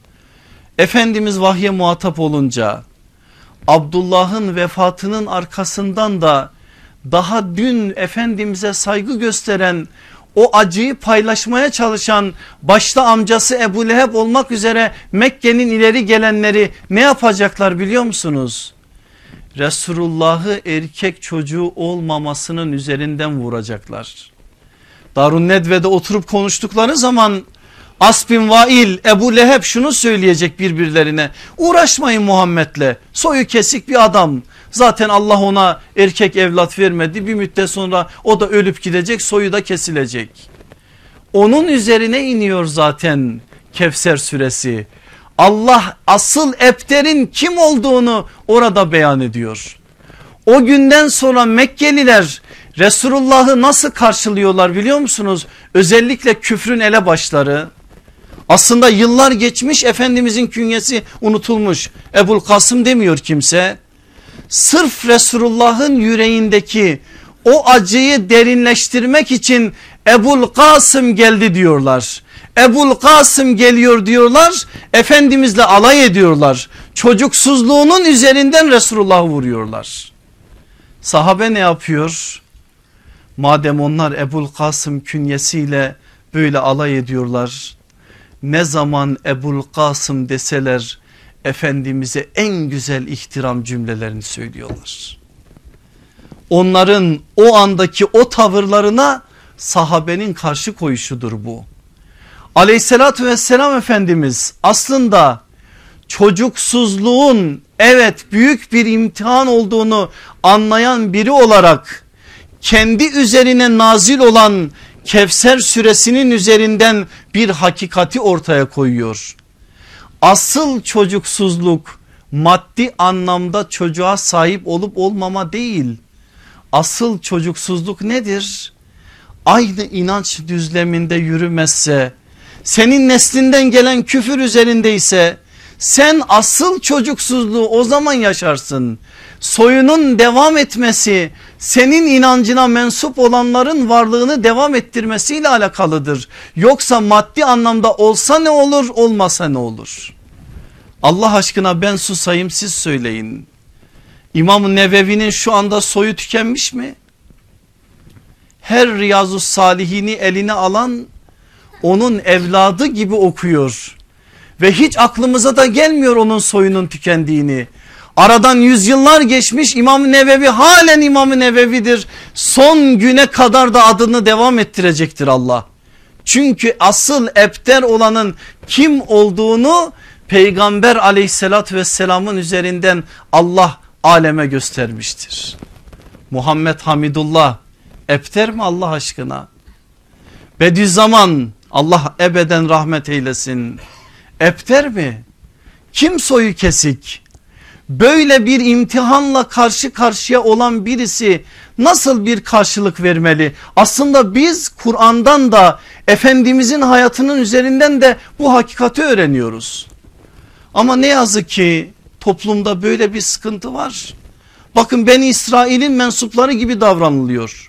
Efendimiz vahye muhatap olunca Abdullah'ın vefatının arkasından da daha dün Efendimiz'e saygı gösteren, o acıyı paylaşmaya çalışan, başta amcası Ebu Leheb olmak üzere Mekke'nin ileri gelenleri ne yapacaklar biliyor musunuz? Resulullah'ı erkek çocuğu olmamasının üzerinden vuracaklar. Darun Nedve'de oturup konuştukları zaman As bin Vail, Ebu Leheb şunu söyleyecek birbirlerine: uğraşmayın Muhammed'le, soyu kesik bir adam, zaten Allah ona erkek evlat vermedi, bir müddet sonra o da ölüp gidecek, soyu da kesilecek. Onun üzerine iniyor zaten Kevser suresi. Allah asıl ebterin kim olduğunu orada beyan ediyor. O günden sonra Mekkeliler Resulullah'ı nasıl karşılıyorlar biliyor musunuz? Özellikle küfrün elebaşları. Aslında yıllar geçmiş, Efendimizin künyesi unutulmuş. Ebul Kasım demiyor kimse. Sırf Resulullah'ın yüreğindeki o acıyı derinleştirmek için Ebul Kasım geldi diyorlar. Ebul Kasım geliyor diyorlar. Efendimizle alay ediyorlar. Çocuksuzluğunun üzerinden Resulullah'ı vuruyorlar. Sahabe ne yapıyor? Madem onlar Ebul Kasım künyesiyle böyle alay ediyorlar, ne zaman Ebul Kasım deseler Efendimiz'e en güzel ihtiram cümlelerini söylüyorlar. Onların o andaki o tavırlarına sahabenin karşı koyuşudur bu. Aleyhissalatü vesselam Efendimiz aslında çocuksuzluğun evet büyük bir imtihan olduğunu anlayan biri olarak kendi üzerine nazil olan Kevser suresinin üzerinden bir hakikati ortaya koyuyor. Asıl çocuksuzluk maddi anlamda çocuğa sahip olup olmama değil. Asıl çocuksuzluk nedir? Aynı inanç düzleminde yürümezse, senin neslinden gelen küfür üzerindeyse sen asıl çocuksuzluğu o zaman yaşarsın. Soyunun devam etmesi senin inancına mensup olanların varlığını devam ettirmesiyle alakalıdır. Yoksa maddi anlamda olsa ne olur, olmasa ne olur? Allah aşkına ben susayım, siz söyleyin. İmam-ı Nevevi'nin şu anda soyu tükenmiş mi? Her Riyazu Salihini eline alan onun evladı gibi okuyor. Ve hiç aklımıza da gelmiyor onun soyunun tükendiğini. Aradan yüzyıllar geçmiş, İmam-ı Nevevi halen İmam-ı Nevevi'dir. Son güne kadar da adını devam ettirecektir Allah. Çünkü asıl ebter olanın kim olduğunu Peygamber aleyhissalatü vesselamın üzerinden Allah aleme göstermiştir. Muhammed Hamidullah ebter mi Allah aşkına? Bediüzzaman Allah ebeden rahmet eylesin, ebter mi? Kim soyu kesik? Böyle bir imtihanla karşı karşıya olan birisi nasıl bir karşılık vermeli? Aslında biz Kur'an'dan da Efendimizin hayatının üzerinden de bu hakikati öğreniyoruz. Ama ne yazık ki toplumda böyle bir sıkıntı var. Bakın Beni İsrail'in mensupları gibi davranılıyor.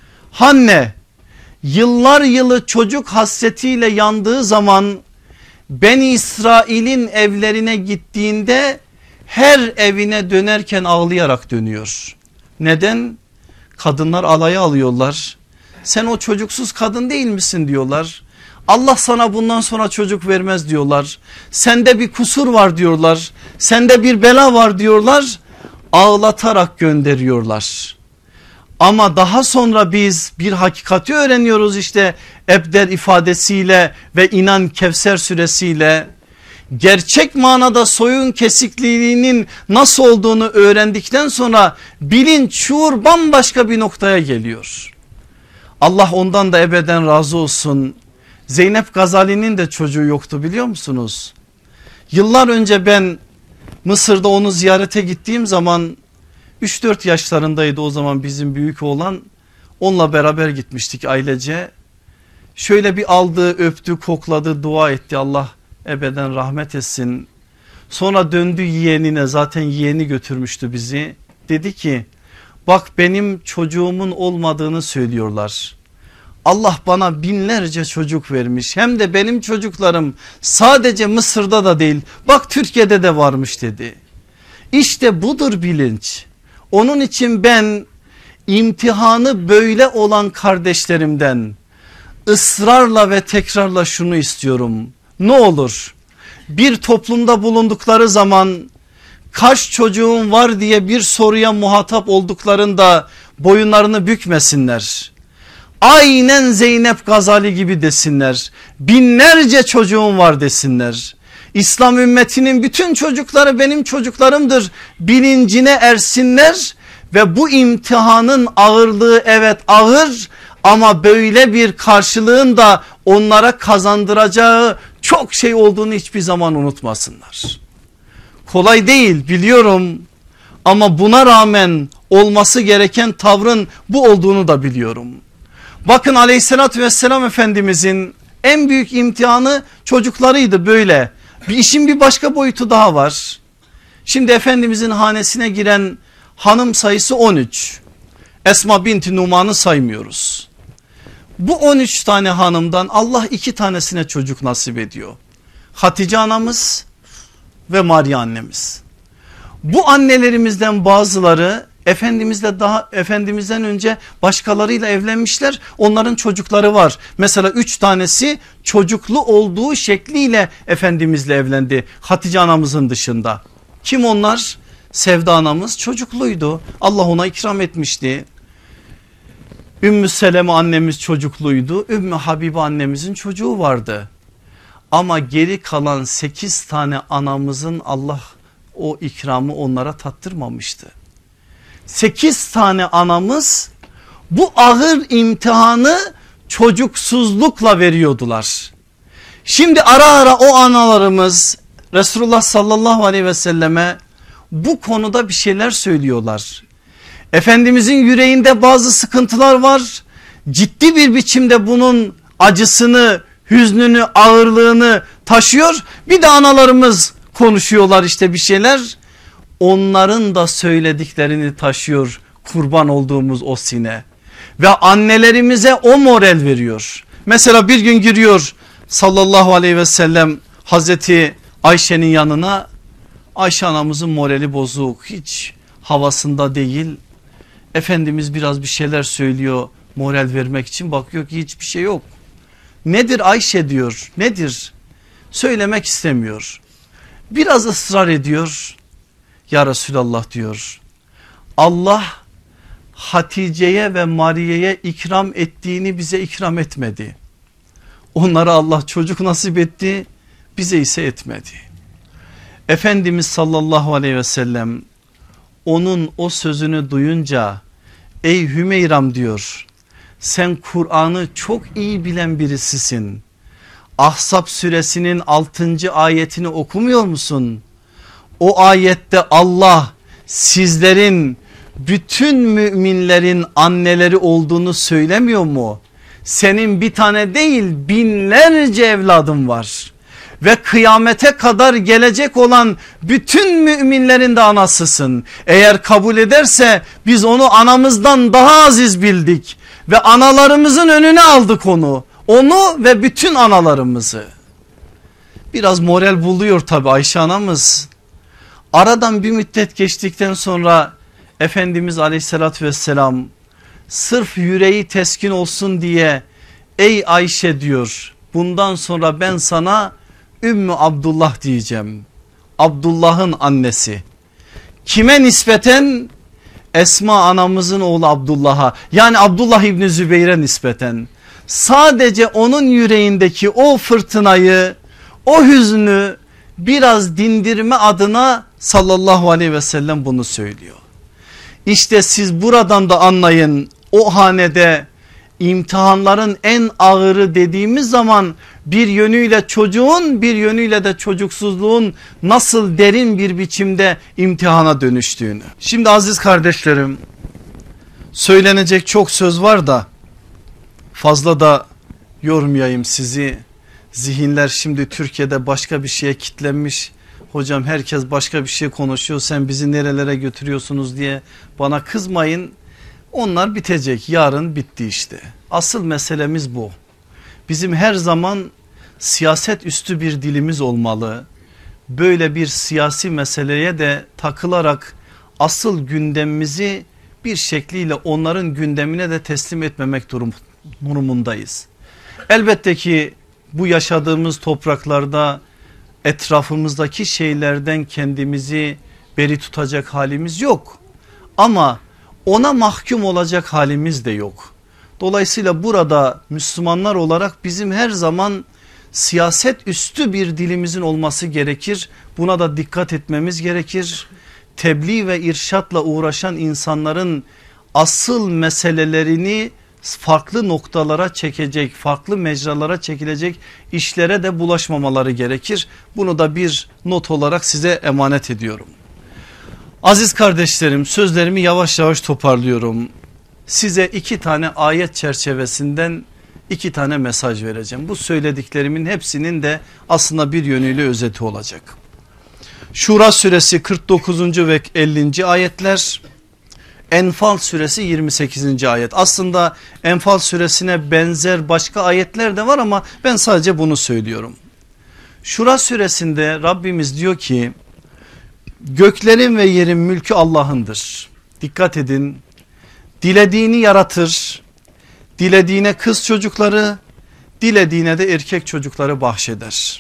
Hanne yıllar yılı çocuk hasretiyle yandığı zaman Beni İsrail'in evlerine gittiğinde her evine dönerken ağlayarak dönüyor. Neden? Kadınlar alaya alıyorlar. Sen o çocuksuz kadın değil misin diyorlar. Allah sana bundan sonra çocuk vermez diyorlar. Sende bir kusur var diyorlar. Sende bir bela var diyorlar. Ağlatarak gönderiyorlar. Ama daha sonra biz bir hakikati öğreniyoruz işte ebder ifadesiyle ve inan Kevser suresiyle. Gerçek manada soyun kesikliğinin nasıl olduğunu öğrendikten sonra bilinç, şuur bambaşka bir noktaya geliyor. Allah ondan da ebeden razı olsun. Zeynep Gazali'nin de çocuğu yoktu biliyor musunuz? Yıllar önce ben Mısır'da onu ziyarete gittiğim zaman 3-4 yaşlarındaydı o zaman bizim büyük oğlan. Onunla beraber gitmiştik ailece. Şöyle bir aldı, öptü, kokladı, dua etti, Allah ebeden rahmet etsin. Sonra döndü yeğenine, zaten yeğeni götürmüştü bizi. Dedi ki bak benim çocuğumun olmadığını söylüyorlar. Allah bana binlerce çocuk vermiş, hem de benim çocuklarım sadece Mısır'da da değil, bak Türkiye'de de varmış dedi. İşte budur bilinç. Onun için ben imtihanı böyle olan kardeşlerimden ısrarla ve tekrarla şunu istiyorum. Ne olur bir toplumda bulundukları zaman kaç çocuğun var diye bir soruya muhatap olduklarında boyunlarını bükmesinler. Aynen Zeynep Gazali gibi desinler. Binlerce çocuğum var desinler. İslam ümmetinin bütün çocukları benim çocuklarımdır bilincine ersinler ve bu imtihanın ağırlığı evet ağır ama böyle bir karşılığın da onlara kazandıracağı çok şey olduğunu hiçbir zaman unutmasınlar. Kolay değil biliyorum Ama buna rağmen olması gereken tavrın bu olduğunu da biliyorum. Bakın aleyhissalatü vesselam Efendimizin en büyük imtihanı çocuklarıydı böyle. Bir işin bir başka boyutu daha var. Şimdi Efendimizin hanesine giren hanım sayısı 13. Esma binti Numan'ı saymıyoruz. Bu 13 tane hanımdan Allah 2 tanesine çocuk nasip ediyor. Hatice anamız ve Maria annemiz. Bu annelerimizden bazıları Efendimiz'den önce başkalarıyla evlenmişler. Onların çocukları var. Mesela 3 tanesi çocuklu olduğu şekliyle Efendimiz'le evlendi. Hatice anamızın dışında. Kim onlar? Sevda anamız çocukluydu. Allah ona ikram etmişti. Ümmü Seleme annemiz çocukluydu. Ümmü Habibe annemizin çocuğu vardı. Ama geri kalan 8 tane anamızın Allah o ikramı onlara tattırmamıştı. 8 tane anamız bu ağır imtihanı çocuksuzlukla veriyordular. Şimdi ara ara o analarımız Resulullah sallallahu aleyhi ve selleme bu konuda bir şeyler söylüyorlar. Efendimizin yüreğinde bazı sıkıntılar var. Ciddi bir biçimde bunun acısını, hüznünü, ağırlığını taşıyor. Bir de analarımız konuşuyorlar işte bir şeyler. Onların da söylediklerini taşıyor kurban olduğumuz o sine. Ve annelerimize o moral veriyor. Mesela bir gün giriyor sallallahu aleyhi ve sellem Hazreti Ayşe'nin yanına. Ayşe anamızın morali bozuk, hiç havasında değil. Efendimiz biraz bir şeyler söylüyor moral vermek için, bakıyor ki hiçbir şey yok. Nedir Ayşe diyor, nedir? Söylemek istemiyor. Biraz ısrar ediyor. Ya Resulallah diyor, Allah Hatice'ye ve Mariye'ye ikram ettiğini bize ikram etmedi. Onlara Allah çocuk nasip etti, bize ise etmedi. Efendimiz sallallahu aleyhi ve sellem onun o sözünü duyunca ey Hümeyram diyor, sen Kur'an'ı çok iyi bilen birisisin. Ahzab suresinin 6. ayetini okumuyor musun? O ayette Allah sizlerin bütün müminlerin anneleri olduğunu söylemiyor mu? Senin bir tane değil binlerce evladın var. Ve kıyamete kadar gelecek olan bütün müminlerin de anasısın. Eğer kabul ederse biz onu anamızdan daha aziz bildik. Ve analarımızın önüne aldık onu. Onu ve bütün analarımızı. Biraz moral buluyor tabi Ayşe anamız. Aradan bir müddet geçtikten sonra Efendimiz aleyhissalatü vesselam sırf yüreği teskin olsun diye ey Ayşe diyor, bundan sonra ben sana Ümmü Abdullah diyeceğim. Abdullah'ın annesi. Kime nispeten? Esma anamızın oğlu Abdullah'a, yani Abdullah İbni Zübeyir'e nispeten. Sadece onun yüreğindeki o fırtınayı, o hüznü biraz dindirme adına sallallahu aleyhi ve sellem bunu söylüyor. İşte siz buradan da anlayın, o hanede imtihanların en ağırı dediğimiz zaman bir yönüyle çocuğun, bir yönüyle de çocuksuzluğun nasıl derin bir biçimde imtihana dönüştüğünü. Şimdi aziz kardeşlerim, söylenecek çok söz var da fazla da yormayayım sizi. Zihinler şimdi Türkiye'de başka bir şeye kitlenmiş. Hocam herkes başka bir şey konuşuyor, sen bizi nerelere götürüyorsunuz diye bana kızmayın. Onlar bitecek, yarın bitti işte. Asıl meselemiz bu. Bizim her zaman siyaset üstü bir dilimiz olmalı. Böyle bir siyasi meseleye de takılarak asıl gündemimizi bir şekliyle onların gündemine de teslim etmemek durumundayız. Elbette ki bu yaşadığımız topraklarda etrafımızdaki şeylerden kendimizi beri tutacak halimiz yok. Ama ona mahkum olacak halimiz de yok. Dolayısıyla burada Müslümanlar olarak bizim her zaman siyaset üstü bir dilimizin olması gerekir. Buna da dikkat etmemiz gerekir. Tebliğ ve irşatla uğraşan insanların asıl meselelerini farklı noktalara çekecek, farklı mecralara çekilecek işlere de bulaşmamaları gerekir. Bunu da bir not olarak size emanet ediyorum. Aziz kardeşlerim, sözlerimi yavaş yavaş toparlıyorum. Size 2 tane ayet çerçevesinden 2 tane mesaj vereceğim. Bu söylediklerimin hepsinin de aslında bir yönüyle özeti olacak. Şura suresi 49. ve 50. ayetler, Enfal suresi 28. ayet. Aslında Enfal suresine benzer başka ayetler de var ama ben sadece bunu söylüyorum. Şura suresinde Rabbimiz diyor ki göklerin ve yerin mülkü Allah'ındır. Dikkat edin, dilediğini yaratır, dilediğine kız çocukları, dilediğine de erkek çocukları bahşeder.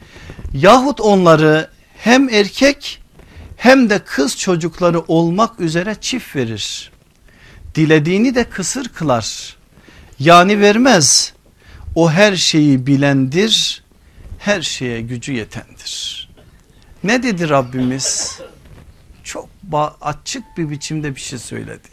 Yahut onları hem erkek hem de kız çocukları olmak üzere çift verir. Dilediğini de kısır kılar. Yani vermez. O her şeyi bilendir, her şeye gücü yetendir. Ne dedi Rabbimiz? Çok açık bir biçimde bir şey söyledi.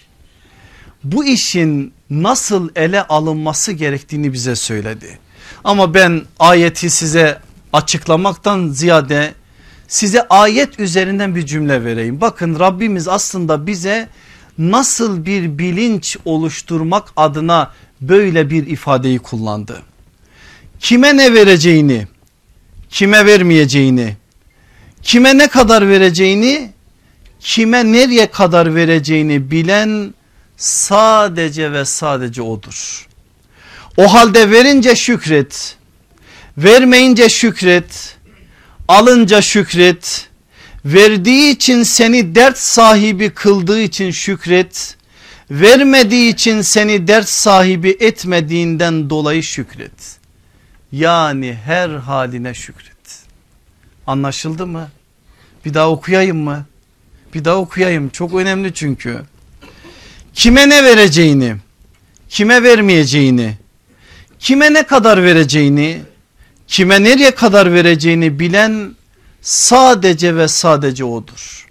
Bu işin nasıl ele alınması gerektiğini bize söyledi. Ama ben ayeti size açıklamaktan ziyade size ayet üzerinden bir cümle vereyim. Bakın Rabbimiz aslında bize nasıl bir bilinç oluşturmak adına böyle bir ifadeyi kullandı. Kime ne vereceğini, kime vermeyeceğini, kime ne kadar vereceğini, kime nereye kadar vereceğini bilen sadece ve sadece odur. O halde verince şükret, vermeyince şükret, alınca şükret, verdiği için seni dert sahibi kıldığı için şükret, vermediği için seni dert sahibi etmediğinden dolayı şükret. Yani her haline şükret. Anlaşıldı mı? Bir daha okuyayım mı? Bir daha okuyayım, çok önemli çünkü. Kime ne vereceğini, kime vermeyeceğini, kime ne kadar vereceğini, kime nereye kadar vereceğini bilen sadece ve sadece odur.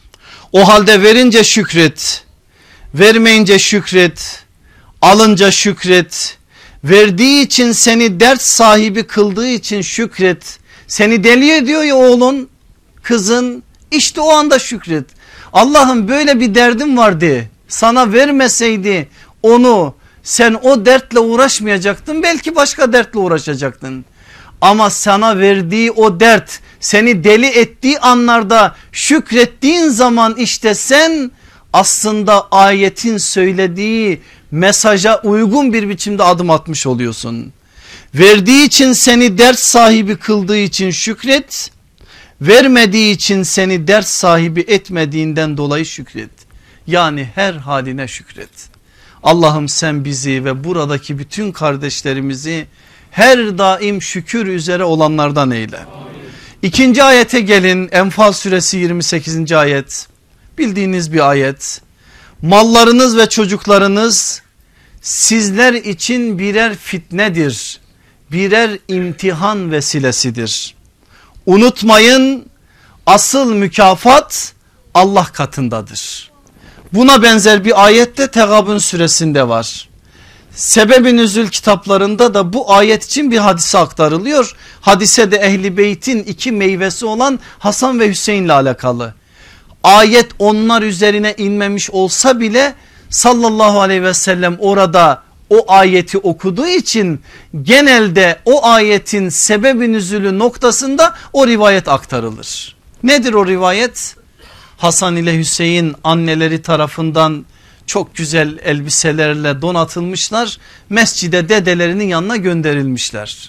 O halde verince şükret, vermeyince şükret, alınca şükret, verdiği için seni dert sahibi kıldığı için şükret. Seni deli ediyor ya oğlun, kızın, işte o anda şükret. Allah'ım böyle bir derdim vardı, sana vermeseydi onu, sen o dertle uğraşmayacaktın, belki başka dertle uğraşacaktın. Ama sana verdiği o dert seni deli ettiği anlarda şükrettiğin zaman işte sen aslında ayetin söylediği mesaja uygun bir biçimde adım atmış oluyorsun. Verdiği için seni dert sahibi kıldığı için şükret, vermediği için seni dert sahibi etmediğinden dolayı şükret. Yani her haline şükret. Allah'ım sen bizi ve buradaki bütün kardeşlerimizi her daim şükür üzere olanlardan eyle. İkinci ayete gelin, Enfal suresi 28. ayet. Bildiğiniz bir ayet. Mallarınız ve çocuklarınız sizler için birer fitnedir, birer imtihan vesilesidir. Unutmayın, asıl mükafat Allah katındadır. Buna benzer bir ayet de Tegabun suresinde var. Sebeb-i nüzül kitaplarında da bu ayet için bir hadise aktarılıyor. Hadise de Ehl-i Beyt'in 2 meyvesi olan Hasan ve Hüseyin ile alakalı. Ayet onlar üzerine inmemiş olsa bile sallallahu aleyhi ve sellem orada o ayeti okuduğu için genelde o ayetin sebeb-i nüzülü noktasında o rivayet aktarılır. Nedir o rivayet? Hasan ile Hüseyin anneleri tarafından çok güzel elbiselerle donatılmışlar, mescide dedelerinin yanına gönderilmişler.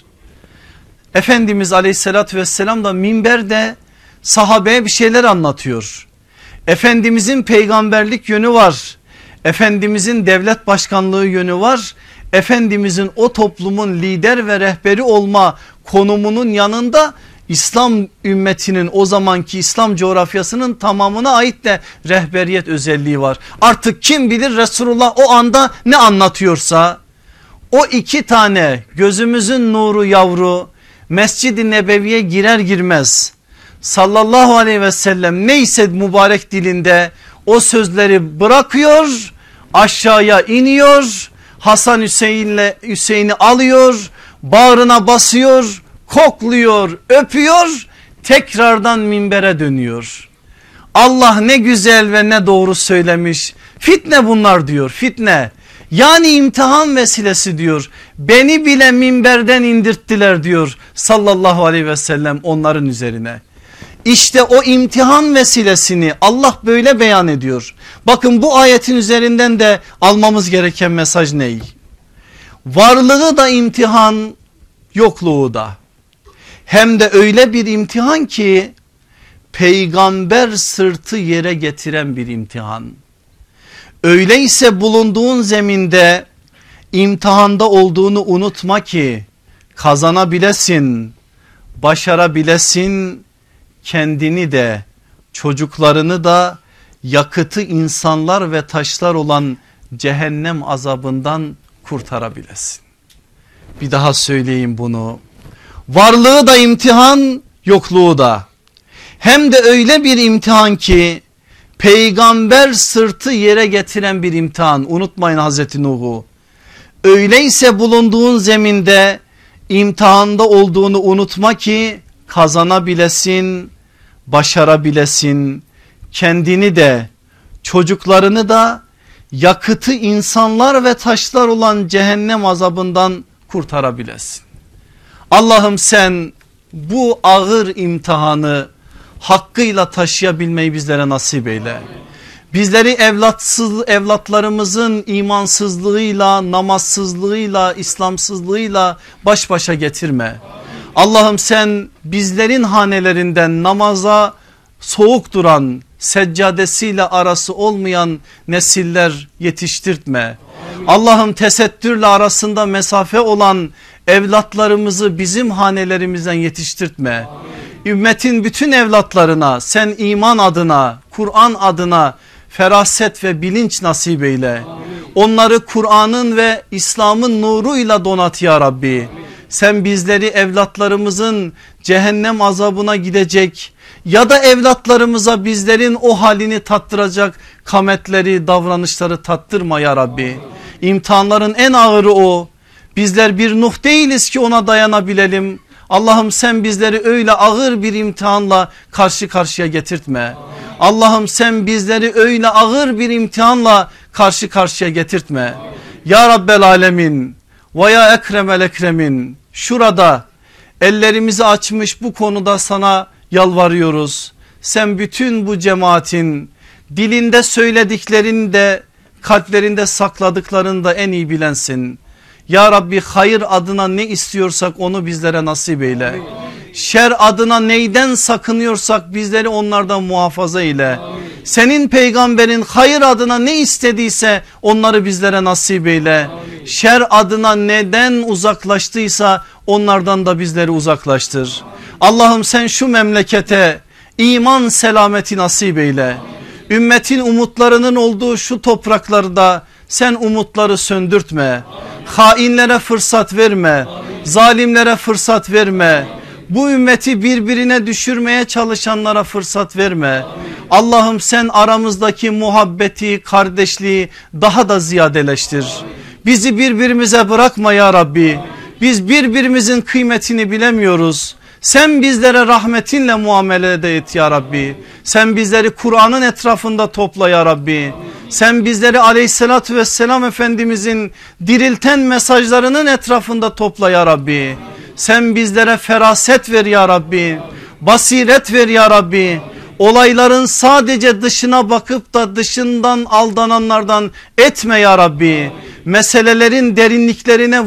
Efendimiz aleyhissalatü vesselam da minberde sahabeye bir şeyler anlatıyor. Efendimizin peygamberlik yönü var, Efendimizin devlet başkanlığı yönü var, Efendimizin o toplumun lider ve rehberi olma konumunun yanında İslam ümmetinin, o zamanki İslam coğrafyasının tamamına ait de rehberiyet özelliği var. Artık kim bilir Resulullah o anda ne anlatıyorsa, o 2 tane gözümüzün nuru yavru Mescid-i Nebevi'ye girer girmez sallallahu aleyhi ve sellem neyse mübarek dilinde o sözleri bırakıyor, aşağıya iniyor, Hasan Hüseyin'i alıyor, bağrına basıyor, kokluyor, öpüyor, tekrardan minbere dönüyor. Allah ne güzel ve ne doğru söylemiş. Fitne bunlar diyor, fitne. Yani imtihan vesilesi diyor. Beni bile minberden indirttiler diyor sallallahu aleyhi ve sellem onların üzerine. İşte o imtihan vesilesini Allah böyle beyan ediyor. Bakın bu ayetin üzerinden de almamız gereken mesaj ne? Varlığı da imtihan, yokluğu da. Hem de öyle bir imtihan ki peygamber sırtı yere getiren bir imtihan. Öyleyse bulunduğun zeminde imtihanda olduğunu unutma ki kazanabilesin, başarabilesin, kendini de çocuklarını da yakıtı insanlar ve taşlar olan cehennem azabından kurtarabilesin. Bir daha söyleyeyim bunu. Varlığı da imtihan, yokluğu da. Hem de öyle bir imtihan ki peygamber sırtı yere getiren bir imtihan. Unutmayın Hazreti Nuh'u. Öyleyse bulunduğun zeminde imtihanda olduğunu unutma ki kazanabilesin, başarabilesin, kendini de çocuklarını da yakıtı insanlar ve taşlar olan cehennem azabından kurtarabilesin. Allah'ım sen bu ağır imtihanı hakkıyla taşıyabilmeyi bizlere nasip eyle. Bizleri evlatlarımızın imansızlığıyla, namazsızlığıyla, İslamsızlığıyla baş başa getirme. Allah'ım sen bizlerin hanelerinden namaza soğuk duran, seccadesiyle arası olmayan nesiller yetiştirtme. Allah'ım tesettürle arasında mesafe olan evlatlarımızı bizim hanelerimizden yetiştirtme. Ümmetin bütün evlatlarına sen iman adına, Kur'an adına feraset ve bilinç nasip eyle. Onları Kur'an'ın ve İslam'ın nuruyla donat ya Rabbi. Sen bizleri evlatlarımızın cehennem azabına gidecek ya da evlatlarımıza bizlerin o halini tattıracak kametleri, davranışları tattırma ya Rabbi. İmtihanların en ağırı o. Bizler bir Nuh değiliz ki ona dayanabilelim. Allah'ım sen bizleri öyle ağır bir imtihanla karşı karşıya getirtme. Allah'ım sen bizleri öyle ağır bir imtihanla karşı karşıya getirtme. Ya Rabbel Alemin ve ya Ekremel Ekremin, şurada ellerimizi açmış bu konuda sana yalvarıyoruz. Sen bütün bu cemaatin dilinde söylediklerini de kalplerinde sakladıklarını da en iyi bilensin. Ya Rabbi hayır adına ne istiyorsak onu bizlere nasip eyle. Şer adına neyden sakınıyorsak bizleri onlardan muhafaza eyle. Senin peygamberin hayır adına ne istediyse onları bizlere nasip eyle. Şer adına neden uzaklaştıysa onlardan da bizleri uzaklaştır. Allah'ım sen şu memlekete iman selameti nasip eyle. Ümmetin umutlarının olduğu şu topraklarda sen umutları söndürtme. Hainlere fırsat verme. Zalimlere fırsat verme. Bu ümmeti birbirine düşürmeye çalışanlara fırsat verme. Allah'ım sen aramızdaki muhabbeti, kardeşliği daha da ziyadeleştir. Bizi birbirimize bırakma ya Rabbi. Biz birbirimizin kıymetini bilemiyoruz. Sen bizlere rahmetinle muamele et ya Rabbi. Sen bizleri Kur'an'ın etrafında topla ya Rabbi. Sen bizleri aleyhissalatü vesselam Efendimizin dirilten mesajlarının etrafında topla ya Rabbi. Sen bizlere feraset ver ya Rabbi. Basiret ver ya Rabbi. Olayların sadece dışına bakıp da dışından aldananlardan etme ya Rabbi. Meselelerin derinliklerine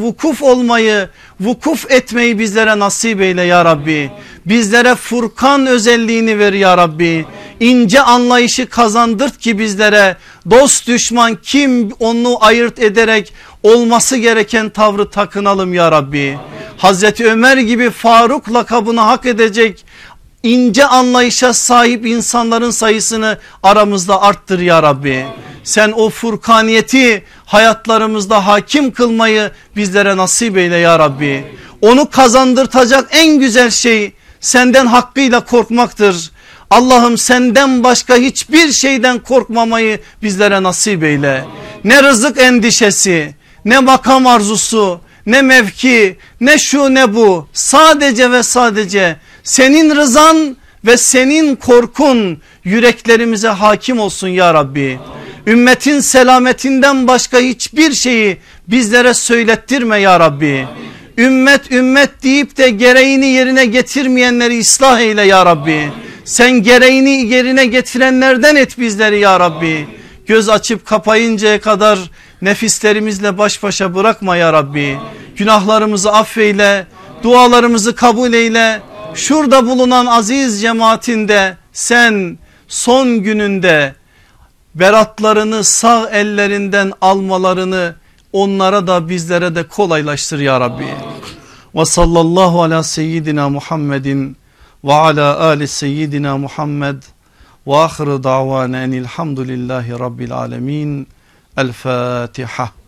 vukuf etmeyi bizlere nasip eyle ya Rabbi. Bizlere Furkan özelliğini ver ya Rabbi. İnce anlayışı kazandırt ki bizlere dost düşman kim onu ayırt ederek olması gereken tavrı takınalım ya Rabbi. Hazreti Ömer gibi Faruk lakabını hak edecek ince anlayışa sahip insanların sayısını aramızda arttır ya Rabbi. Sen o furkaniyeti hayatlarımızda hakim kılmayı bizlere nasip eyle ya Rabbi. Onu kazandırtacak en güzel şey senden hakkıyla korkmaktır. Allah'ım senden başka hiçbir şeyden korkmamayı bizlere nasip eyle. Ne rızık endişesi, ne makam arzusu, ne mevki, ne şu ne bu. Sadece ve sadece senin rızan ve senin korkun yüreklerimize hakim olsun ya Rabbi. Ümmetin selametinden başka hiçbir şeyi bizlere söylettirme ya Rabbi. Ümmet ümmet deyip de gereğini yerine getirmeyenleri ıslah eyle ya Rabbi. Sen gereğini yerine getirenlerden et bizleri ya Rabbi. Göz açıp kapayıncaya kadar nefislerimizle baş başa bırakma ya Rabbi. Günahlarımızı affeyle, dualarımızı kabul eyle. Şurada bulunan aziz cemaatinde sen son gününde beratlarını sağ ellerinden almalarını onlara da bizlere de kolaylaştır ya Rabbi. Ve sallallahu ala seyyidina Muhammedin ve ala ali seyyidina Muhammed ve ahire davana enilhamdülillahi rabbil alemin. El Fatiha.